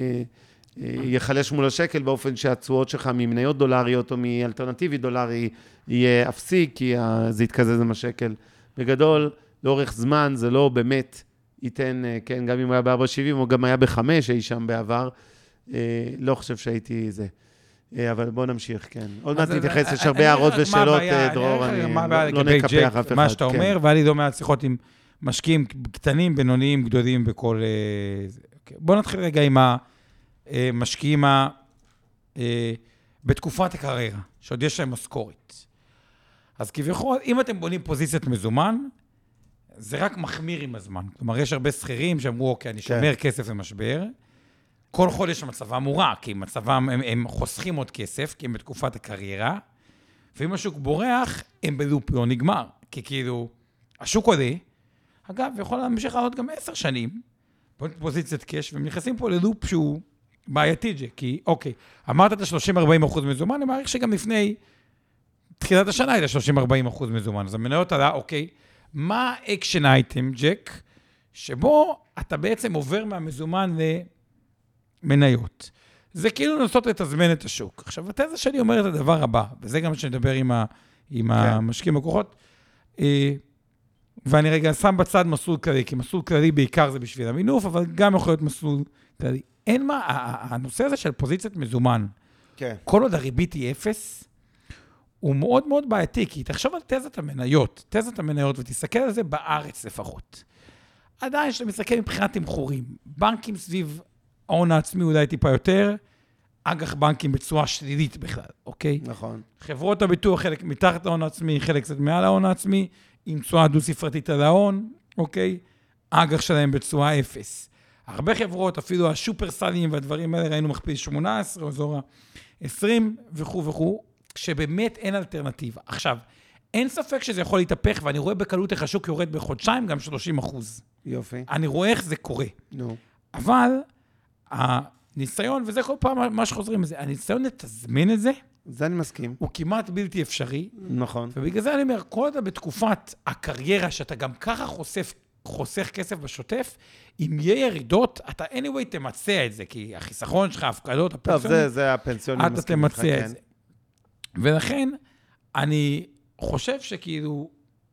יחלש מול השקל, באופן שהתשואות שלך ממניות דולריות או מאלטרנטיבי דולרי יהיה אפסי, כי זה יתקזז עם השקל. בגדול, לאורך זמן זה לא באמת ייתן, כן, גם אם הוא היה ב-4.70 או גם היה ב-5 אי שם בעבר, לא חושב שהייתי זה. אבל בואו נמשיך, כן. עוד מעט נתייחס, יש הרבה הערות ושאלות, דרור, אני לא נקפח אף אחד. מה שאתה אומר, והיה לי לא מעט שיחות עם משקיעים קטנים, בינוניים, גדולים בכל... בואו נתחיל רגע עם המשקיעים בתקופת הקריירה, שעוד יש להם משכורת. אז כביכול, אם אתם בונים פוזיציית מזומן, זה רק מחמיר עם הזמן. כלומר, יש הרבה שכירים שאמרו, אוקיי, אני שומר כסף במשבר, כל חודש מצבם הוא רע, כי מצבם, הם חוסכים עוד כסף, כי הם בתקופת הקריירה, ואם השוק בורח, הם בלופ לא נגמר. כי כאילו, השוק עולה, אגב, יכול להמשיך לעלות גם 10 שנים, פוזיציית קש, והם נכנסים פה ללופ שהוא בעייתי, כי אוקיי, אמרת את ה-30-40% מזומן, אני מעריך שגם לפני תחילת השנה הייתה 30-40% מזומן, אז המניות עלה, אוקיי, מה האקשן אייטם, ג'ק, שבו אתה בעצם עובר מהמזומן למניות. זה כאילו לנסות לתזמן את השוק. עכשיו, התזה שלי אומרת את הדבר הבא, וזה גם שנדבר עם המשקיעים לקוחות, ואני רגע שם בצד מסלול כללי, כי מסלול כללי בעיקר זה בשביל המינוף, אבל גם יכול להיות מסלול כללי. אין מה, הנושא הזה של פוזיציית מזומן, כל עוד הריבית היא 0, הוא מאוד מאוד בעייתי, כי תחשוב על תזת המניות, ותסתכל על זה בארץ לפחות. עדיין שאתה מסתכל מבחינת תמחורים, בנקים סביב ההון העצמי אולי טיפה יותר, אג"ח בנקים בצורה שלילית בכלל, אוקיי? נכון. חברות הביטוח חלק מתחת להון העצמי, חלק קצת מעל ההון העצמי, עם צורה דו-ספרתית על ההון, אוקיי? אג"ח שלהם בצורה 0. הרבה חברות, אפילו השופרסלים והדברים האלה, ראינו מכפיל 18, או אזור 20 וכו', שבאמת אין אלטרנטיבה. עכשיו, אין ספק שזה יכול להתהפך, ואני רואה בקלות איך השוק יורד בחודשיים, גם 30%. יופי. אני רואה איך זה קורה. אבל הניסיון, וזה כל פעם מה שחוזרים לזה, הניסיון לתזמן את זה, זה אני מסכים. הוא כמעט בלתי אפשרי. נכון. ובגלל זה אני אומר, כל עוד בתקופת הקריירה, שאתה גם ככה חוסך כסף בשוטף, אם יהיה ירידות, אתה anyway תמצא את זה, כי החיסכון שלך, הפקדות, הפנסיונים... טוב, זה הפנסיונים. אתה תמצא את זה. ולכן, אני חושב שכאילו,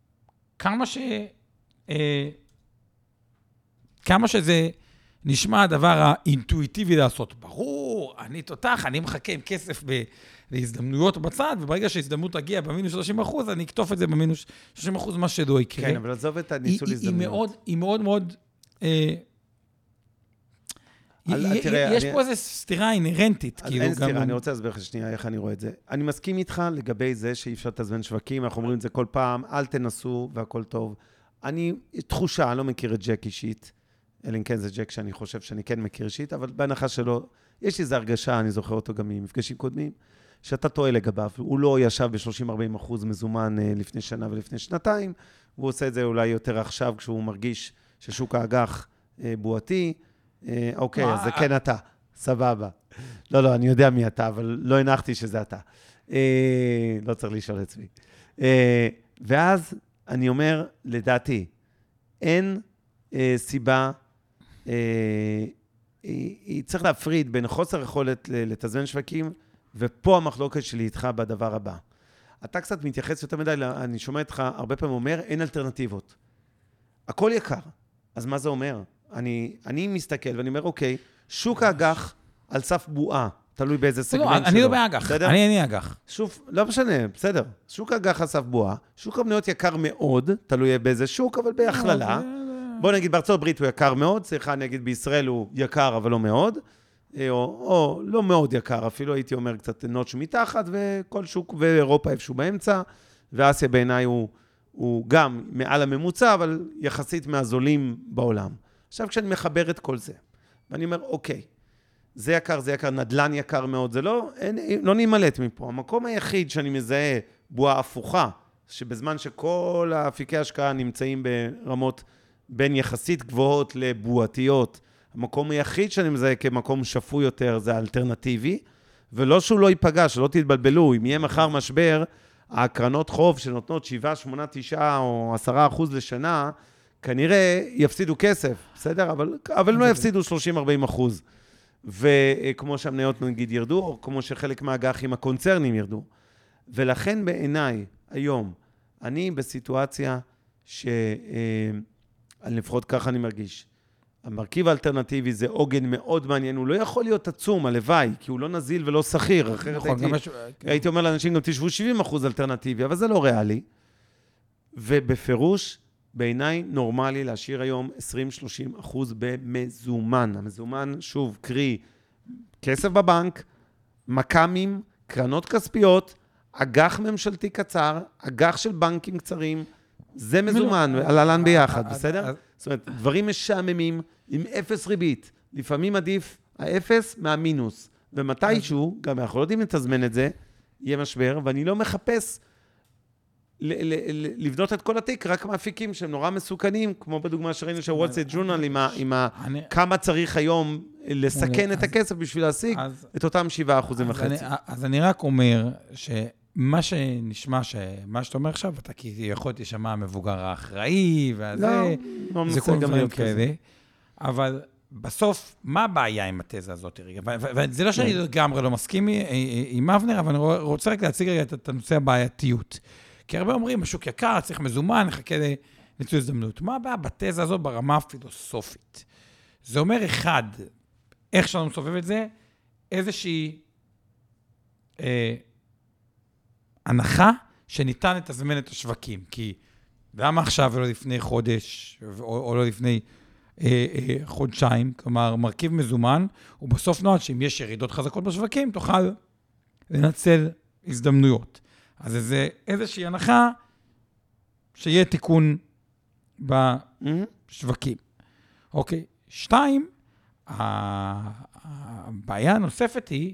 כמה שזה נשמע הדבר האינטואיטיבי לעשות, ברור, אני תותח, אני מחכה עם כסף להזדמנויות בצד, וברגע שההזדמנות תגיע במינוס 30%, אני אכתוב את זה במינוס 30%, מה שלא יקרה. כן, אבל עזוב את הניצול הזדמנות. היא מאוד מאוד, יש פה איזו סתירה אינרנטית. אין סתירה, אני רוצה להסביר לך שנייה איך אני רואה את זה. אני מסכים איתך לגבי זה שאי אפשר לתזמן שווקים, אנחנו אומרים את זה כל פעם, אל תנסו והכל טוב. תחושה, אני לא מכיר את ג'ק אישית, אלא אם כן זה ג'ק שאני חושב שאני כן מכיר אישית, אבל בהנחה שלא, יש לי איזו הרגשה, אני זוכר אותו גם ממפגשים קודמים, שאתה טועה לגביו, הוא לא ישב ב-30-40% מזומן לפני שנה ולפני שנתיים, הוא עושה את זה אולי יותר עכשיו, כשהוא מרגיש ששוק האג"ח בועתי, אוקיי, אז זה כן אתה, סבבה. לא, אני יודע מי אתה, אבל לא הנחתי שזה אתה. לא צריך לשאול עצמי. ואז אני אומר, לדעתי, אין סיבה, צריך להפריד בין חוסר יכולת לתזמן שווקים, ופה המחלוקת שלי איתך בדבר הבא. אתה קצת מתייחס יותר מדי, אני שומע איתך הרבה פעמים אומר, אין אלטרנטיבות. הכל יקר. אז מה זה אומר? אני מסתכל ואני אומר, אוקיי, שוק האג"ח על סף בועה, תלוי באיזה סגמנט שלו. אני לא באג"ח, אני אג"ח. שוב, לא משנה, בסדר. שוק האג"ח על סף בועה, שוק המניות יקר מאוד, תלוי באיזה שוק, אבל בהכללה. בוא נגיד, בארצות הברית הוא יקר מאוד, סליחה, אני אגיד, בישראל הוא יקר, אבל לא מאוד. או לא מאוד יקר, אפילו הייתי אומר קצת נוטש מתחת, וכל שוק ואירופה איפשהו באמצע, ואסיה בעיניי הוא גם מעל הממוצע, אבל יחסית מהזולים בעולם. עכשיו כשאני מחבר את כל זה, ואני אומר, אוקיי, זה יקר, נדל"ן יקר מאוד, זה לא נמלט מפה. המקום היחיד שאני מזהה בועה הפוכה, שבזמן שכל האפיקי ההשקעה נמצאים ברמות בין יחסית גבוהות לבועתיות, המקום היחיד שאני מזהה כמקום שפוי יותר זה האלטרנטיבי, ולא שהוא לא ייפגע, שלא תתבלבלו, אם יהיה מחר משבר, הקרנות חוב שנותנות 7, 8, 9 או 10% לשנה, כנראה יפסידו כסף, בסדר? אבל לא יפסידו 30-40%. וכמו שהמניות נגיד ירדו, או כמו שחלק מהאג"חים הקונצרנים ירדו. ולכן בעיניי, היום, אני בסיטואציה לפחות ככה אני מרגיש, המרכיב האלטרנטיבי זה עוגן מאוד מעניין, הוא לא יכול להיות עצום, הלוואי, כי הוא לא נזיל ולא שכיר, אחרת הייתי אומר לאנשים גם תשבו 70% אלטרנטיבי, אבל זה לא ריאלי. ובפירוש, בעיניי נורמלי להשאיר היום 20-30% במזומן. המזומן, שוב, קרי, כסף בבנק, מקמים, קרנות כספיות, אג"ח ממשלתי קצר, אג"ח של בנקים קצרים, זה מזומן, הללן ביחד, בסדר? זאת אומרת, דברים משעממים עם אפס ריבית. לפעמים עדיף האפס מהמינוס. ומתישהו, גם אנחנו לא יודעים לתזמן את זה, יהיה משבר, ואני לא מחפש לבנות את כל התיק, רק מאפיקים שהם נורא מסוכנים, כמו בדוגמה שראינו של וול סטריט ג'ורנל, עם כמה צריך היום לסכן את הכסף בשביל להשיג את אותם 7.5%. אז אני רק אומר מה שנשמע, מה שאתה אומר עכשיו, אתה כי יכול להיות להישמע המבוגר האחראי, זה כל דברים כאלה, אבל בסוף, מה הבעיה עם התזה הזאת? וזה לא שאני לגמרי לא מסכים עם אבנר, אבל אני רוצה רק להציג רגע את הנושא הבעייתיות. כי הרבה אומרים, השוק יקר, צריך מזומן, נחכה לניצול הזדמנות. מה הבעיה בתזה הזאת ברמה הפילוסופית? זה אומר אחד, איך שאנו מסובב את זה, איזושהי הנחה שניתן לתזמן את השווקים. כי למה עכשיו ולא לפני חודש, או לא לפני חודשיים, כלומר, מרכיב מזומן, הוא בסוף נועד שאם יש ירידות חזקות בשווקים, תוכל לנצל הזדמנויות. אז זה איזושהי הנחה שיהיה תיקון בשווקים. אוקיי. 2, הבעיה הנוספת היא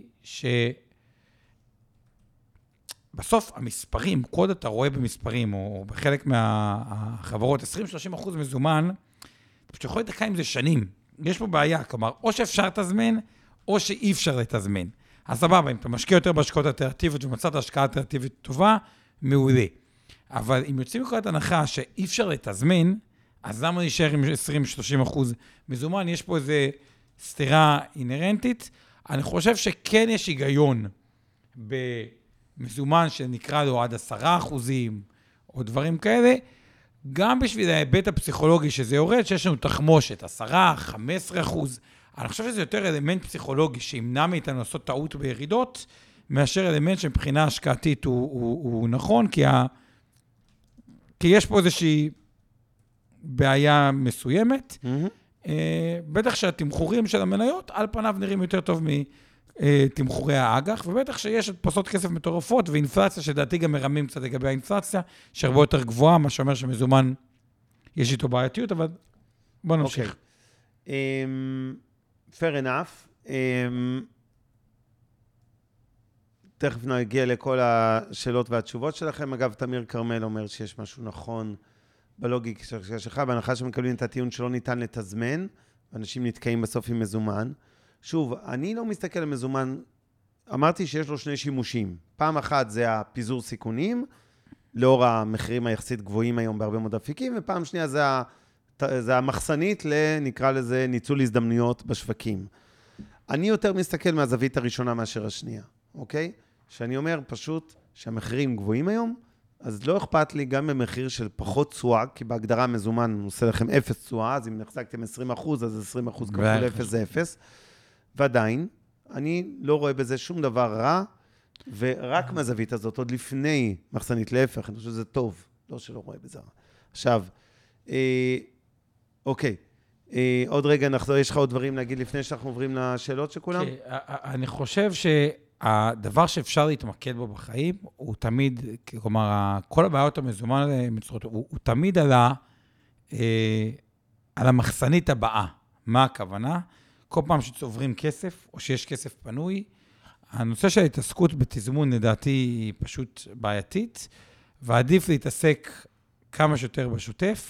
שבסוף המספרים, כל אתה רואה במספרים, או בחלק מהחברות, 20-30% מזומן, אתה פשוט יכול לדקה עם זה שנים. יש פה בעיה, כלומר, או שאפשר לתזמן, או שאי אפשר לתזמן. אז סבבה, אם אתה משקיע יותר בהשקעות אלטרנטיביות ומצאת השקעה אלטרנטיבית טובה, מעולה. אבל אם יוצאים מכל הנחה שאי אפשר לתזמן, אז למה נשאר עם 20-30% מזומן? יש פה איזו סתירה אינרנטית. אני חושב שכן יש היגיון במזומן שנקרא לו עד 10% או דברים כאלה, גם בשביל ההיבט הפסיכולוגי שזה יורד, שיש לנו תחמושת, 10-15%. אני חושב שזה יותר אלמנט פסיכולוגי שימנע מאיתנו לעשות טעות בירידות, מאשר אלמנט שמבחינה השקעתית הוא נכון, כי יש פה איזושהי בעיה מסוימת. בטח שהתמחורים של המניות על פניו נראים יותר טוב מתמחורי האג"ח, ובטח שיש הדפסות כסף מטורפות ואינפלציה, שדעתי גם מרמים קצת לגבי האינפלציה, שהרבה יותר גבוהה, מה שאומר שמזומן יש איתו בעייתיות, אבל בוא נמשיך. Fair enough. תכף נגיע לכל השאלות והתשובות שלכם. אגב, תמיר קרמל אומר שיש משהו נכון בלוגיקה שלך, בהנחה שמקבלים את הטיעון שלא ניתן לתזמן, ואנשים נתקעים בסוף עם מזומן. שוב, אני לא מסתכל על מזומן, אמרתי שיש לו שני שימושים. פעם אחת זה הפיזור סיכונים, לאור המחירים היחסית גבוהים היום בהרבה מאוד אפיקים, ופעם שנייה זה המחסנית נקרא לזה ניצול הזדמנויות בשווקים. אני יותר מסתכל מהזווית הראשונה מאשר השנייה, אוקיי? שאני אומר פשוט שהמחירים גבוהים היום, אז לא אכפת לי גם במחיר של פחות צועה, כי בהגדרה מזומן עושה לכם 0 צועה, אז אם נחזקתם 20%, אז 20% כפול 0 זה 0. ועדיין, אני לא רואה בזה שום דבר רע, ורק מהזווית הזאת, עוד לפני מחסנית להפך, אני חושב שזה טוב, לא שלא רואה בזה רע. עכשיו, אוקיי, עוד רגע נחזור, יש לך עוד דברים להגיד לפני שאנחנו עוברים לשאלות של כולם? אני חושב שהדבר שאפשר להתמקד בו בחיים, הוא תמיד, כלומר, כל הבעיות המזומן מצורות, הוא תמיד על המחסנית הבאה. מה הכוונה? כל פעם שצוברים כסף, או שיש כסף פנוי, הנושא של ההתעסקות בתזמון, לדעתי, היא פשוט בעייתית, ועדיף להתעסק כמה שיותר בשוטף,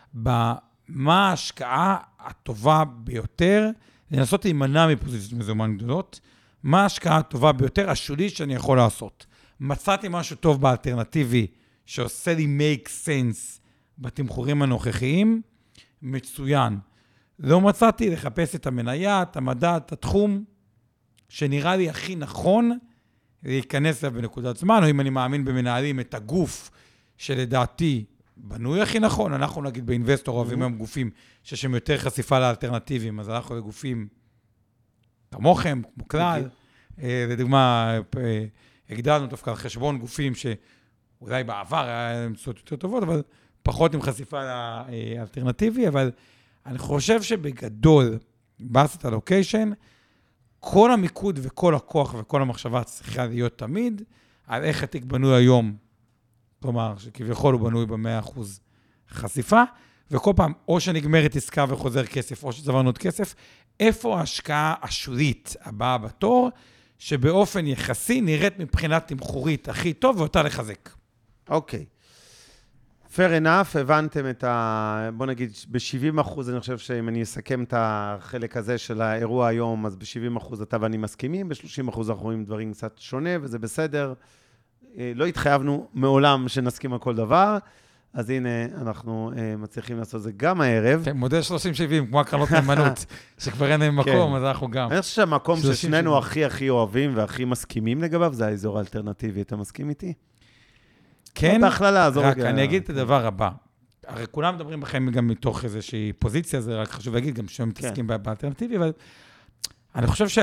במה ההשקעה הטובה ביותר, לנסות להימנע מפוזיציות מזומן גדולות, מה ההשקעה הטובה ביותר, השולית שאני יכול לעשות. מצאתי משהו טוב באלטרנטיבי, שעושה לי make sense בתמחורים הנוכחיים, מצוין. לא מצאתי לחפש את המניה, את המדע, את התחום, שנראה לי הכי נכון להיכנס לה בנקודת זמן, או אם אני מאמין במנהלים את הגוף שלדעתי בנוי הכי נכון, אנחנו נגיד באינבסטור אוהבים היום גופים שיש שם יותר חשיפה לאלטרנטיביים, אז אנחנו לגופים כמוכם, כמו כלל, לדוגמה, הגדלנו דווקא על חשבון גופים שאולי בעבר היה מצוות יותר טובות, אבל פחות עם חשיפה לאלטרנטיבי, אבל אני חושב שבגדול, באסט הלוקיישן, כל המיקוד וכל הכוח וכל המחשבה צריכה להיות תמיד על איך התיק בנוי היום, כלומר, שכביכול הוא בנוי ב100% חשיפה, וכל פעם, או שנגמרת עסקה וחוזר כסף, או שצברנו עוד כסף, איפה ההשקעה השולית הבאה בתור, שבאופן יחסי נראית מבחינת תמחורית הכי טוב, ואותה לחזק. אוקיי. fair enough, הבנתם את בוא נגיד, ב-70%, אני חושב שאם אני אסכם את החלק הזה של האירוע היום, אז ב-70% אתה ואני מסכימים, ב-30% אנחנו רואים דברים קצת שונה, וזה בסדר. לא התחייבנו מעולם שנסכים על כל דבר, אז הנה, אנחנו מצליחים לעשות זה גם הערב. כן, מודל 30-70, כמו הקרנות נאמנות, שכבר אין להם מקום, אז אנחנו גם. אני חושב שהמקום ששנינו הכי אוהבים והכי מסכימים לגביו, זה האזור האלטרנטיבי. אתה מסכים איתי? כן, רק אני אגיד את הדבר הבא. הרי כולם מדברים בכם גם מתוך איזושהי פוזיציה, זה רק חשוב להגיד, גם שהם מתעסקים באלטרנטיבי, אבל אני חושב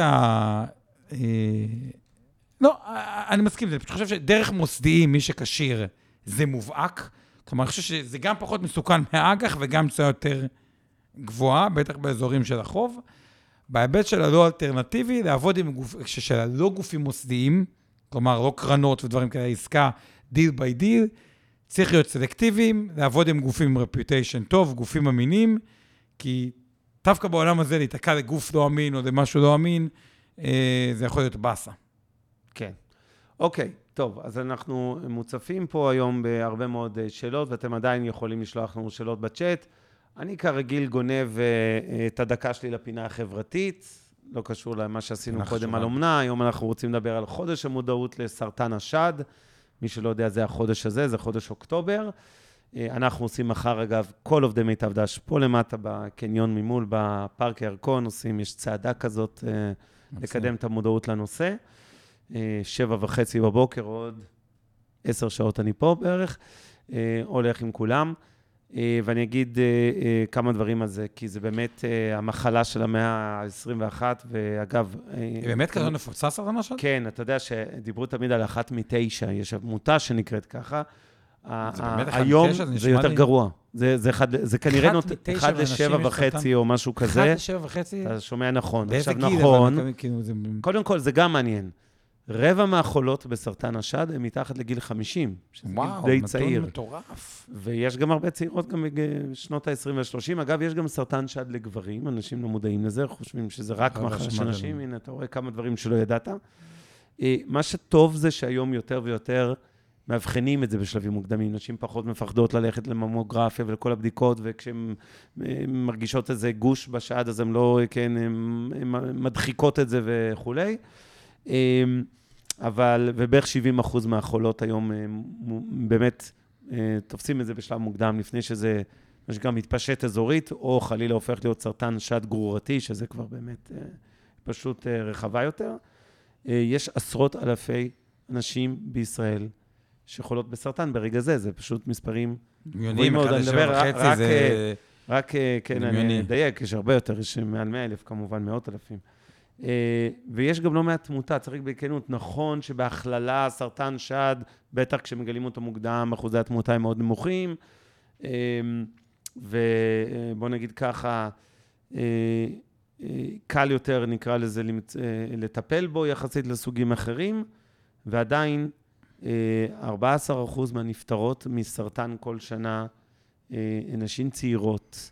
לא, אני מסכים לזה, אני חושב שדרך מוסדיים, מי שקשיר, זה מובהק. כלומר, אני חושב שזה גם פחות מסוכן מהאג"ח, וגם צועה יותר גבוהה, בטח באזורים של החוב. בהיבט של הלא אלטרנטיבי, לעבוד עם של הלא גופים מוסדיים, כלומר, לא קרנות ודברים כאלה, עסקה, דיל ביי דיל, צריך להיות סלקטיביים, לעבוד עם גופים עם רפיוטיישן טוב, גופים אמינים, כי דווקא בעולם הזה להתעקע לגוף לא אמין, או למשהו לא אמין, זה יכול להיות בסה. כן. אוקיי, טוב, אז אנחנו מוצפים פה היום בהרבה מאוד שאלות, ואתם עדיין יכולים לשלוח לנו שאלות בצ'אט. אני כרגיל גונב את הדקה שלי לפינה החברתית, לא קשור למה שעשינו קודם על אומנה, היום אנחנו רוצים לדבר על חודש המודעות לסרטן השד, מי שלא יודע זה החודש הזה, זה חודש אוקטובר. אנחנו עושים מחר אגב כל עובדי מיטב דש פה למטה בקניון ממול, בפארק הירקון, יש צעדה כזאת לקדם את המודעות לנושא. 7:30 בבוקר, עוד 10 שעות אני פה בערך, הולך עם כולם, ואני אגיד כמה דברים על זה, כי זה באמת המחלה של המאה ה-21, ואגב... היא באמת כזו נפוצה סרטן השד? כן, אתה יודע שדיברו תמיד על 1 מ-9, יש עמותה שנקראת ככה, היום זה יותר גרוע. זה כנראה 1 ל-7.5 או משהו כזה. 1 ל-7.5? אתה שומע נכון. באיזה גיל? נכון. קודם כל, זה גם מעניין. רבע מהחולות בסרטן השד הם מתחת לגיל 50, שזה די צעיר. וואו, נתון מטורף. ויש גם הרבה צעירות גם בשנות ה-20 וה-30. אגב, יש גם סרטן שד לגברים, אנשים לא מודעים לזה, חושבים שזה רק מחלה של נשים. הנה, אתה רואה כמה דברים שלא ידעת. מה שטוב זה שהיום יותר ויותר מאבחנים את זה בשלבים מוקדמים. נשים פחות מפחדות ללכת לממוגרפיה ולכל הבדיקות, וכשהן מרגישות איזה גוש בשד, אז הן לא, כן, הן מדחיקות את זה וכולי. אבל, ובערך 70% מהחולות היום באמת תופסים את זה בשלב מוקדם, לפני שזה גם מתפשט אזורית, או חלילה הופך להיות סרטן שד גרורתי, שזה כבר באמת פשוט רחבה יותר. יש עשרות אלפי אנשים בישראל שחולות בסרטן ברגע זה, זה פשוט מספרים גבוהים מאוד. אני מדבר רק, כן, אני אדייק, יש הרבה יותר, יש מעל 100,000 כמובן, 100,000. ויש גם לא מעט תמותה, צריך בכנות, נכון שבהכללה סרטן שד, בטח כשמגלים אותו מוקדם, אחוזי התמותה הם מאוד נמוכים, ובוא נגיד ככה, קל יותר נקרא לזה לטפל בו יחסית לסוגים אחרים, ועדיין 14% מהנפטרות מסרטן כל שנה, נשים צעירות,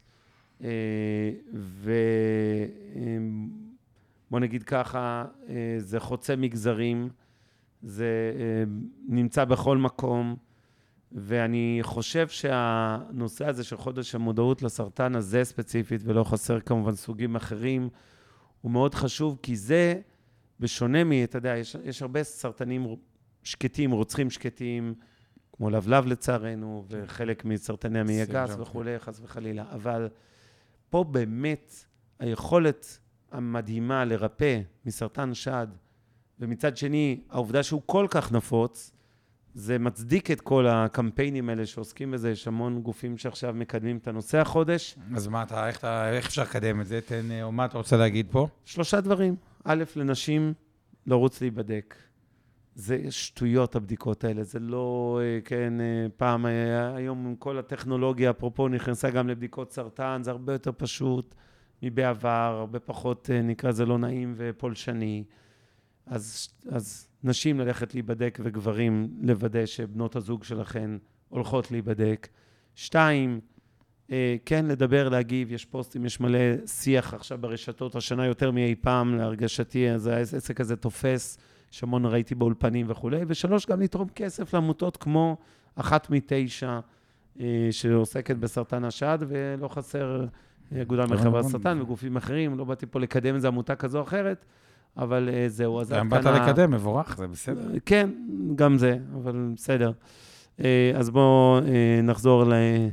בוא נגיד ככה, זה חוצה מגזרים, זה נמצא בכל מקום, ואני חושב שהנושא הזה של חודש המודעות לסרטן הזה ספציפית, ולא חסר כמובן סוגים אחרים, הוא מאוד חשוב, כי זה, בשונה אתה יודע, יש הרבה סרטנים שקטים, רוצחים שקטים, כמו לבלב לצערנו, וחלק מסרטני המעי הגס וכו', חס וחלילה. אבל פה באמת היכולת המדהימה לרפא מסרטן שד, ומצד שני, העובדה שהוא כל כך נפוץ, זה מצדיק את כל הקמפיינים האלה שעוסקים בזה, יש המון גופים שעכשיו מקדמים את הנושא החודש. אז מה איך אפשר לקדם את זה? או מה אתה רוצה להגיד פה? 3 דברים. א', לנשים לרוץ להיבדק. זה שטויות הבדיקות האלה, זה לא, כן, פעם, היום עם כל הטכנולוגיה, אפרופו נכנסה גם לבדיקות סרטן, זה הרבה יותר פשוט מבעבר, הרבה פחות נקרא זה לא נעים ופולשני. אז נשים ללכת להיבדק וגברים לוודא שבנות הזוג שלכן הולכות להיבדק. 2, כן, לדבר, להגיב, יש פוסטים, יש מלא שיח עכשיו ברשתות, השנה יותר מאי פעם להרגשתי, אז העסק הזה תופס, שמון ראיתי באולפנים וכו'. ו3, גם לתרום כסף לעמותות כמו 1 מ-9 שעוסקת בסרטן השד, ולא חסר אגודה מלחמה בסרטן וגופים אחרים, לא באתי פה לקדם איזו עמותה כזו או אחרת, אבל זהו. גם באת לקדם, מבורך, זה בסדר. כן, גם זה, אבל בסדר. אז בואו נחזור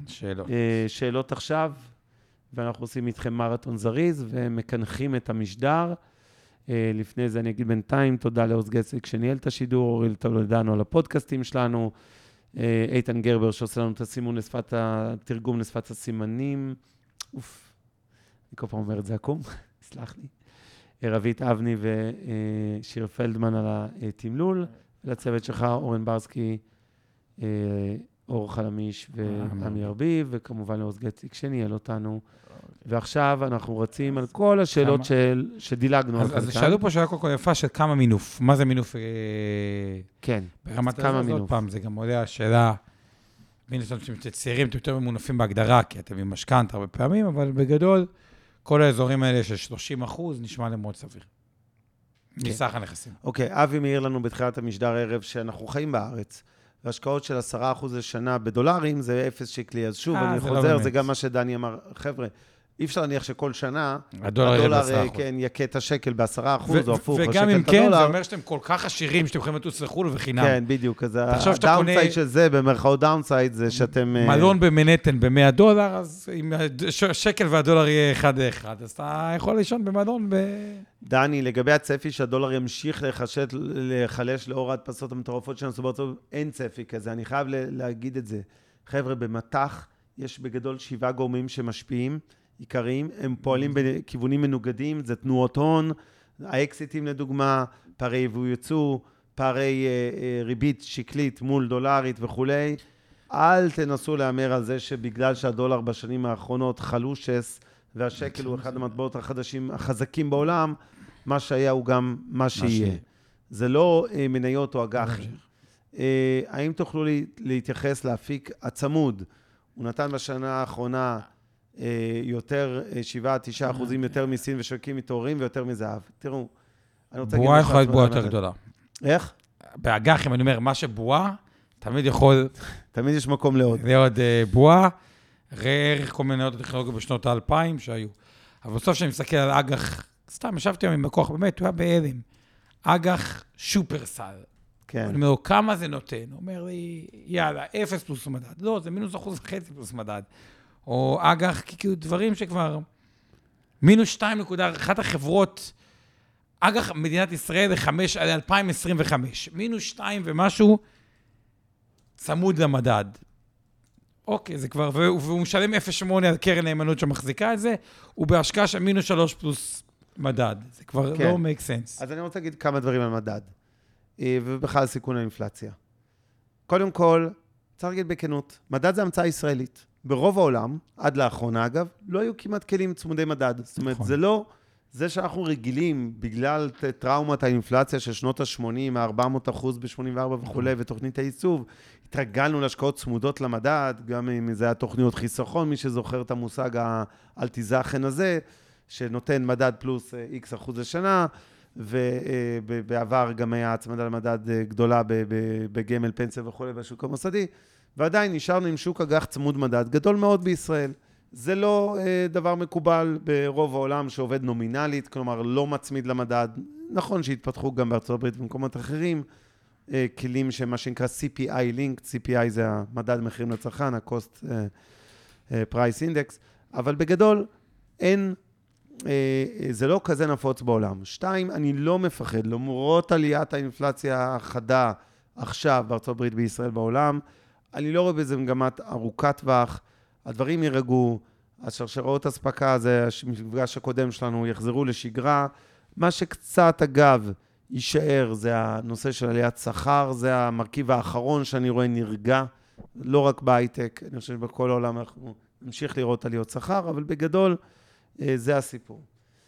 לשאלות עכשיו, ואנחנו עושים איתכם מרתון זריז, ומקנחים את המשדר. לפני זה אני אגיד בינתיים, תודה לעוז גציק שניהל את השידור, אוריל טולדנו על הפודקאסטים שלנו, איתן גרבר שעושה לנו את הסימון לשפת התרגום לשפת הסימנים, אני כל פעם אומר את זה עקום, סלח לי. רבית אבני ושיר פלדמן על התמלול, ולצוות שלך אורן ברסקי, אור חלמיש ועמי ארביב, וכמובן לעוז גציק שניהל אותנו. ועכשיו אנחנו רצים על כל השאלות שדילגנו. אז שאלו פה שאלה כל כך יפה של כמה מינוף. מה זה מינוף? כן, כמה מינוף. עוד פעם, זה גם עולה השאלה, מינוף צעירים, אתם יותר ממונפים בהגדרה, כי אתם עם משכנתא הרבה פעמים, אבל בגדול, כל האזורים האלה של 30% נשמע למאוד סביר. מסך הנכסים. אוקיי, אבי מעיר לנו בתחילת המשדר הערב שאנחנו חיים בארץ, והשקעות של 10% לשנה בדולרים זה 0 שקלי. אז שוב, אני חוזר, זה גם מה שדני אמר, חבר'ה, אי אפשר להניח שכל שנה, הדולר כן, יקה את השקל ב10%, או הפוך, וגם אם כן, זה אומר שאתם כל כך עשירים, שאתם יכולים לטוס לחו"ל וחינם. כן, בדיוק, אז הדאונסייד של זה, במרכאות דאונסייד, זה שאתם... מלון במנהטן ב$100, אז אם השקל והדולר יהיה 1-1, אז אתה יכול לישון במלון דני, לגבי הצפי שהדולר ימשיך לחלש לאור ההדפסות המטורפות שנעשו בארצות, אין צפי כזה, אני חייב להגיד את זה. חבר'ה, במתח יש בגדול 7 גורמים שמשפיעים, עיקריים, הם פועלים בכיוונים מנוגדים, זה תנועות הון, האקסיטים לדוגמה, פערי יבוא יצוא, פערי ריבית שקלית מול דולרית וכו'. אל תנסו לאמר על זה שבגלל שהדולר בשנים האחרונות חלושס, והשקל הוא אחד המטבעות החזקים בעולם, מה שהיה הוא גם מה שיהיה. זה לא מניות או אג"חים. האם תוכלו להתייחס להפיק הצמוד? הוא נתן בשנה האחרונה יותר 7-9% יותר מסין ושווקים מתעוררים ויותר מזהב. תראו, אני רוצה בועה יכולה להיות בועה יותר גדולה. איך? באג"חים, אני אומר, מה שבועה, תמיד יכול... תמיד יש מקום לעוד. לעוד בועה, ראה ערך כל מיני עוד טכנולוגיות בשנות ה-2000 שהיו. אבל בסוף שאני מסתכל על אג"ח, סתם, ישבתי עם לקוח, באמת, הוא היה בהלם. אג"ח שופרסל. כן. אני אומר לו, כמה זה נותן? הוא אומר לי, יאללה, 0 פלוס מדד. לא, זה מינוס 1.5% פלוס מדד. או אג"ח, כאילו דברים שכבר... מינוס 2.1 החברות, אג"ח מדינת ישראל ל-2025. מינוס 2 ומשהו, צמוד למדד. אוקיי, זה כבר... והוא משלם 0.8 על קרן נאמנות שמחזיקה את זה, הוא בהשקעה של מינוס 3 פלוס מדד. זה כבר לא make sense. אז אני רוצה להגיד כמה דברים על מדד. ובכלל סיכון האינפלציה. קודם כל, צריך להגיד בכנות, מדד זה המצאה ישראלית. ברוב העולם, עד לאחרונה אגב, לא היו כמעט כלים צמודי מדד. זאת אומרת, זה לא, זה שאנחנו רגילים בגלל טראומת האינפלציה של שנות ה-80, ה-400% ב-84 וכו', ותוכנית הייצוב, התרגלנו להשקעות צמודות למדד, גם אם זה התוכניות חיסכון, מי שזוכר את המושג האל תיזכן הזה, שנותן מדד פלוס X% לשנה, ובעבר גם היה הצמדה למדד גדולה בגמל פנסיה וכו' בשוק המוסדי, ועדיין נשארנו עם שוק אג"ח צמוד מדד גדול מאוד בישראל. זה לא דבר מקובל ברוב העולם שעובד נומינלית, כלומר לא מצמיד למדד. נכון שהתפתחו גם בארצות הברית ובמקומות אחרים, כלים שמה שנקרא CPI Linked, CPI זה המדד מחירים לצרכן, ה-Cost Price Index, אבל בגדול אין... זה לא כזה נפוץ בעולם. 2, אני לא מפחד, למרות עליית האינפלציה החדה עכשיו בארצות הברית בישראל בעולם, אני לא רואה בזה מגמת ארוכת טווח, הדברים יירגעו, השרשרות הספקה, זה המפגש הקודם שלנו, יחזרו לשגרה, מה שקצת אגב יישאר זה הנושא של עליית שכר, זה המרכיב האחרון שאני רואה נרגע, לא רק בהייטק, אני חושב שבכל העולם אנחנו נמשיך לראות עליות שכר, אבל בגדול, זה הסיפור.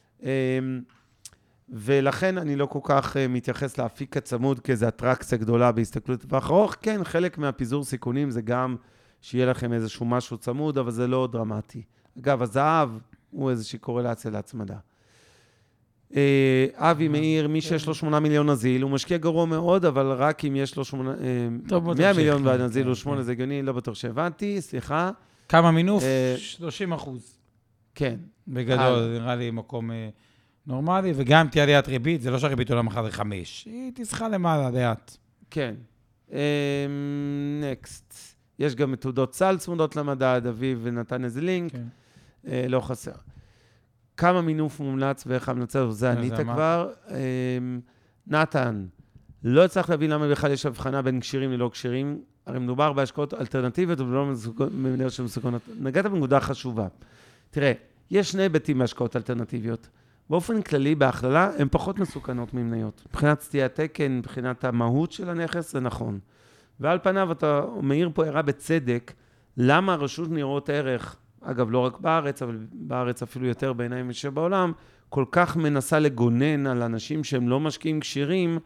ולכן אני לא כל כך מתייחס להפיק הצמוד כאיזו אטרקציה גדולה בהסתכלות טווח ארוך. כן, חלק מהפיזור סיכונים זה גם שיהיה לכם איזשהו משהו צמוד, אבל זה לא דרמטי. אגב, הזהב הוא איזושהי קורלציה להצמדה. אבי מאיר, מי שיש לו 8 מיליון נזיל, הוא משקיע גרוע מאוד, אבל רק אם יש לו 100 מיליון והנזיל הוא 8, זה הגיוני, לא בטוח שהבנתי, סליחה. כמה מינוף? 30%. כן. בגדול, נראה לי מקום נורמלי, וגם תהיה עליית ריבית, זה לא שהריבית עולה מחר ל5, היא תסחה למעלה לאט. כן. נקסט. יש גם תעודות סל צמודות למדד, אביב ונתן איזה לינק, לא חסר. כמה מינוף מומלץ ואיך המלצה, זה ענית כבר. נתן, לא צריך להבין למה בכלל יש הבחנה בין קשירים ללא קשירים, הרי מדובר בהשקעות אלטרנטיביות ולא במניות שמסוכנות. נגעת בנקודה חשובה. תראה, יש שני היבטים בהשקעות אלטרנטיביות. באופן כללי, בהכללה, הן פחות מסוכנות ממניות. מבחינת סטיית תקן, מבחינת המהות של הנכס, זה נכון. ועל פניו, אתה מאיר פה הערה בצדק, למה הרשות ניירות ערך, אגב, לא רק בארץ, אבל בארץ אפילו יותר בעיניים שבעולם, כל כך מנסה לגונן על אנשים שהם לא משקיעים קשירים,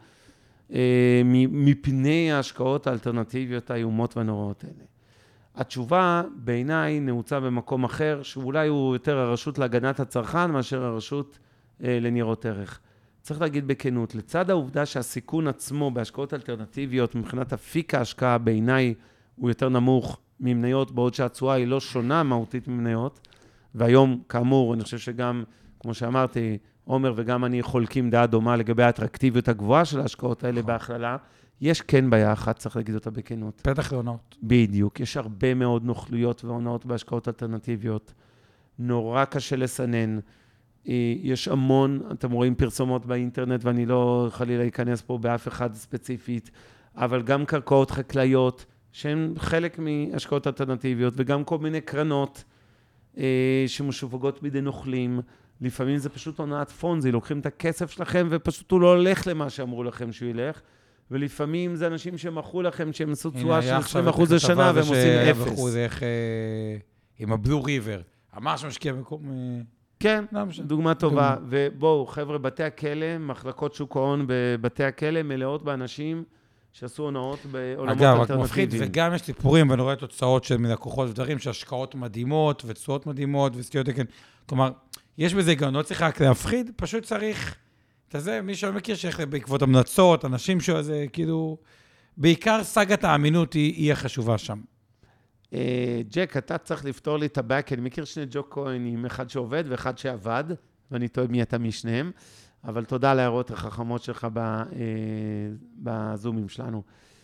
מפני ההשקעות האלטרנטיביות האיומות והנוראות האלה. התשובה בעיניי נעוצה במקום אחר, שאולי הוא יותר הרשות להגנת הצרכן, מאשר הרשות לניירות ערך. צריך להגיד בכנות, לצד העובדה שהסיכון עצמו בהשקעות אלטרנטיביות, מבחינת אפיק ההשקעה בעיניי הוא יותר נמוך ממניות, בעוד שהתשואה היא לא שונה מהותית ממניות, והיום, כאמור, אני חושב שגם, כמו שאמרתי, עומר וגם אני חולקים דעה דומה לגבי האטרקטיביות הגבוהה של ההשקעות האלה בהכללה, יש כן בעיה אחת, צריך להגיד אותה בכנות. פתח להונאות. בדיוק, יש הרבה מאוד נוכלויות והונאות בהשקעות אלטרנטיביות. נורא קשה לסנן. יש המון, אתם רואים פרסומות באינטרנט, ואני לא חלילה להיכנס פה באף אחד ספציפית, אבל גם קרקעות חקלאיות, שהן חלק מהשקעות אלטרנטיביות, וגם כל מיני קרנות שמשווגות בידי נוכלים. לפעמים זה פשוט הונאת פונזי, לוקחים את הכסף שלכם, ופשוט הוא לא הולך למה שאמרו לכם שהוא ילך. ולפעמים זה אנשים שמכרו לכם שהם עשו תשואה של 20% לשנה, והם עושים 0. עם הבלו ריבר. אמר שמשקיע במקום... כן, דוגמה טובה. ובואו, חבר'ה, בתי הכלא, מחלקות שוק ההון בבתי הכלא, מלאות באנשים שעשו הונאות בעולמות אלטרנטיביים. אגב, רק מפחיד, וגם יש סיפורים, ואני רואה תוצאות של מלקוחות ודברים, שהשקעות מדהימות, ותשואות מדהימות, וסטיות תקן. כלומר, יש בזה גם, לא צריך רק להפחיד, פשוט צריך, את זה, מי שלא מכיר, שיש בעקבות המלצות, אנשים שזה, כאילו, בעיקר סגת האמינות היא החשובה שם. ג'ק, אתה צריך לפתור לי את הבעיה, כי אני מכיר שני ג'וק כהנים, אחד שעובד ואחד שעבד, ואני טועה מי אתה משניהם, אבל תודה על ההערות החכמות שלך בזומים שלנו.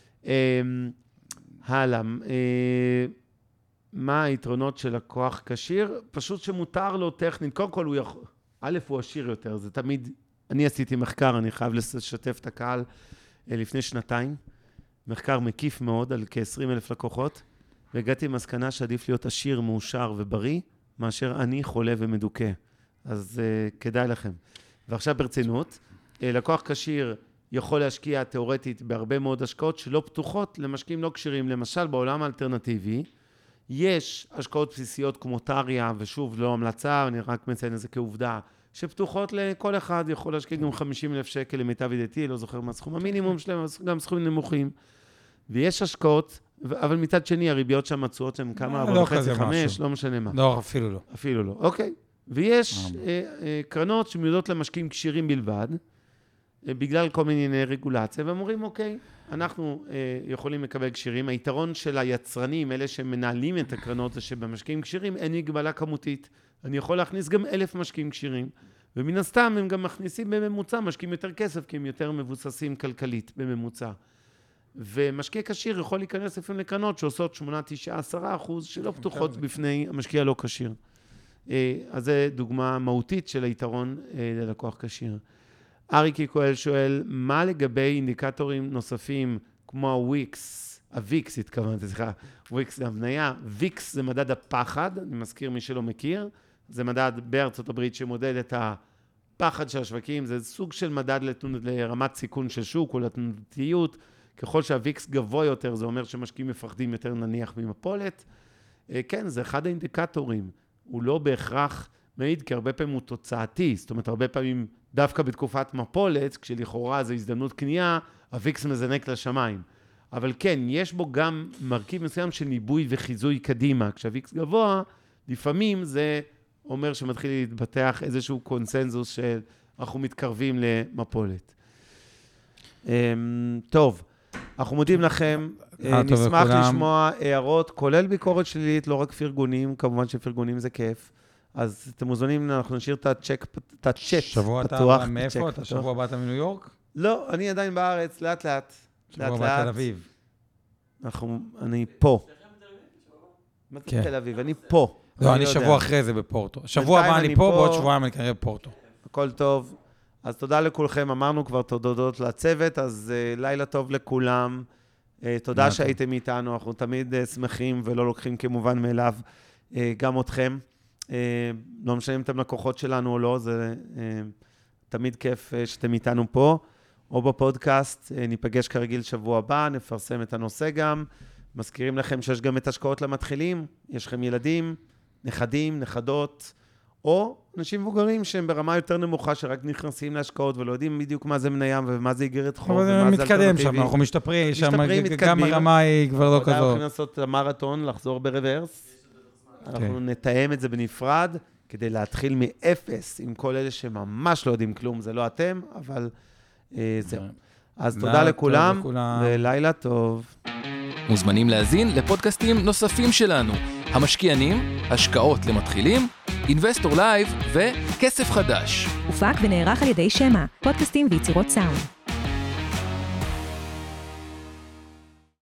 הלאה, מה היתרונות של לקוח כשיר? פשוט שמותר לו טכנית, קודם כל הוא יכול, א' הוא עשיר יותר, זה תמיד, אני עשיתי מחקר, אני חייב לשתף את הקהל לפני שנתיים, מחקר מקיף מאוד על כ-20,000 לקוחות, והגעתי למסקנה שעדיף להיות עשיר, מאושר ובריא, מאשר אני חולה ומדוכא. אז כדאי לכם. ועכשיו ברצינות, לקוח כשיר יכול להשקיע תיאורטית בהרבה מאוד השקעות שלא פתוחות למשקיעים לא כשירים. למשל, בעולם האלטרנטיבי, יש השקעות בסיסיות כמו טריה, ושוב, לא המלצה, אני רק מציין את זה כעובדה, שפתוחות לכל אחד, יכול להשקיע גם 50,000 שקל למיטב ידיעתי, לא זוכר מה סכום המינימום שלהם, גם סכומים נמוכים. ויש השקעות, אבל מצד שני, הריביות שם מצועות הן כמה, 4.5, 5, לא משנה מה. לא, אפילו לא. אפילו לא, אוקיי. ויש קרנות שמיועדות למשקיעים כשירים בלבד, בגלל כל מיני רגולציה, והם אומרים, אוקיי, אנחנו יכולים לקבל כשירים. היתרון של היצרנים, אלה שמנהלים את הקרנות, זה שבמשקיעים כשירים אין מגבלה כמותית. אני יכול להכניס גם 1,000 משקיעים כשירים, ומן הסתם הם גם מכניסים בממוצע, משקיעים יותר כסף, כי הם יותר מבוססים כלכלית בממוצע. ומשקיע כשיר יכול להיכנס לפעמים לקרנות שעושות 8, 9, 10% שלא פתוחות בפני המשקיע לא כשיר. אז זו דוגמה מהותית של היתרון ללקוח כשיר. אריקי כהל שואל, מה לגבי אינדיקטורים נוספים כמו הוויקס התכוונתי, סליחה, וויקס זה הבניה, ויקס זה מדד הפחד, אני מזכיר מי שלא מכיר, זה מדד בארצות הברית שמודד את הפחד של השווקים, זה סוג של מדד לרמת סיכון של שוק או לתנודתיות, ככל שהוויקס גבוה יותר, זה אומר שמשקיעים מפחדים יותר נניח ממפולת. כן, זה אחד האינדיקטורים. הוא לא בהכרח מעיד, כי הרבה פעמים הוא תוצאתי. זאת אומרת, הרבה פעמים דווקא בתקופת מפולת, כשלכאורה זו הזדמנות קנייה, הוויקס מזנק לשמיים. אבל כן, יש בו גם מרכיב מסוים של ניבוי וחיזוי קדימה. כשהוויקס גבוה, לפעמים זה אומר שמתחיל להתפתח איזשהו קונסנזוס שאנחנו מתקרבים למפולת. טוב. אנחנו מודים לכם, נשמח לשמוע הערות, כולל ביקורת שלילית, לא רק פרגונים, כמובן שפרגונים זה כיף. אז אתם מוזמנים, אנחנו נשאיר את הצ'אט פתוח. שבוע אתה מאיפה? אתה שבוע באת מניו יורק? לא, אני עדיין בארץ, לאט לאט. שבוע באת תל אביב. אני פה. מה זה תל אביב? אני פה. לא, אני שבוע אחרי זה בפורטו. שבוע הבא אני פה, בעוד שבועיים אני כנראה בפורטו. הכל טוב. אז תודה לכולכם, אמרנו כבר תודות לצוות, אז לילה טוב לכולם. תודה שהייתם איתנו, אנחנו תמיד שמחים ולא לוקחים כמובן מאליו גם אתכם. לא משנה אם אתם לקוחות שלנו או לא, זה תמיד כיף שאתם איתנו פה, או בפודקאסט. ניפגש כרגיל שבוע הבא, נפרסם את הנושא גם. מזכירים לכם שיש גם את השקעות למתחילים, יש לכם ילדים, נכדים, נכדות, או אנשים מבוגרים שהם ברמה יותר נמוכה, שרק נכנסים להשקעות ולא יודעים בדיוק מה זה מניה ומה זה איגרת חוב ומה זה אלטרנטיבי. מתקדם שם, אנחנו משתפרים, גם הרמה היא כבר לא כזו. אנחנו יכולים לעשות מרתון, לחזור ברוורס. אנחנו נתאם את זה בנפרד, כדי להתחיל מאפס עם כל אלה שממש לא יודעים כלום, זה לא אתם, אבל זהו. אז תודה לכולם, ולילה טוב. מוזמנים להזין לפודקאסטים נוספים שלנו, המשקיענים, השקעות למתחילים, Investor Live וכסף חדש. הופק ונערך על ידי שמה, פודקאסטים ויצירות סאונד.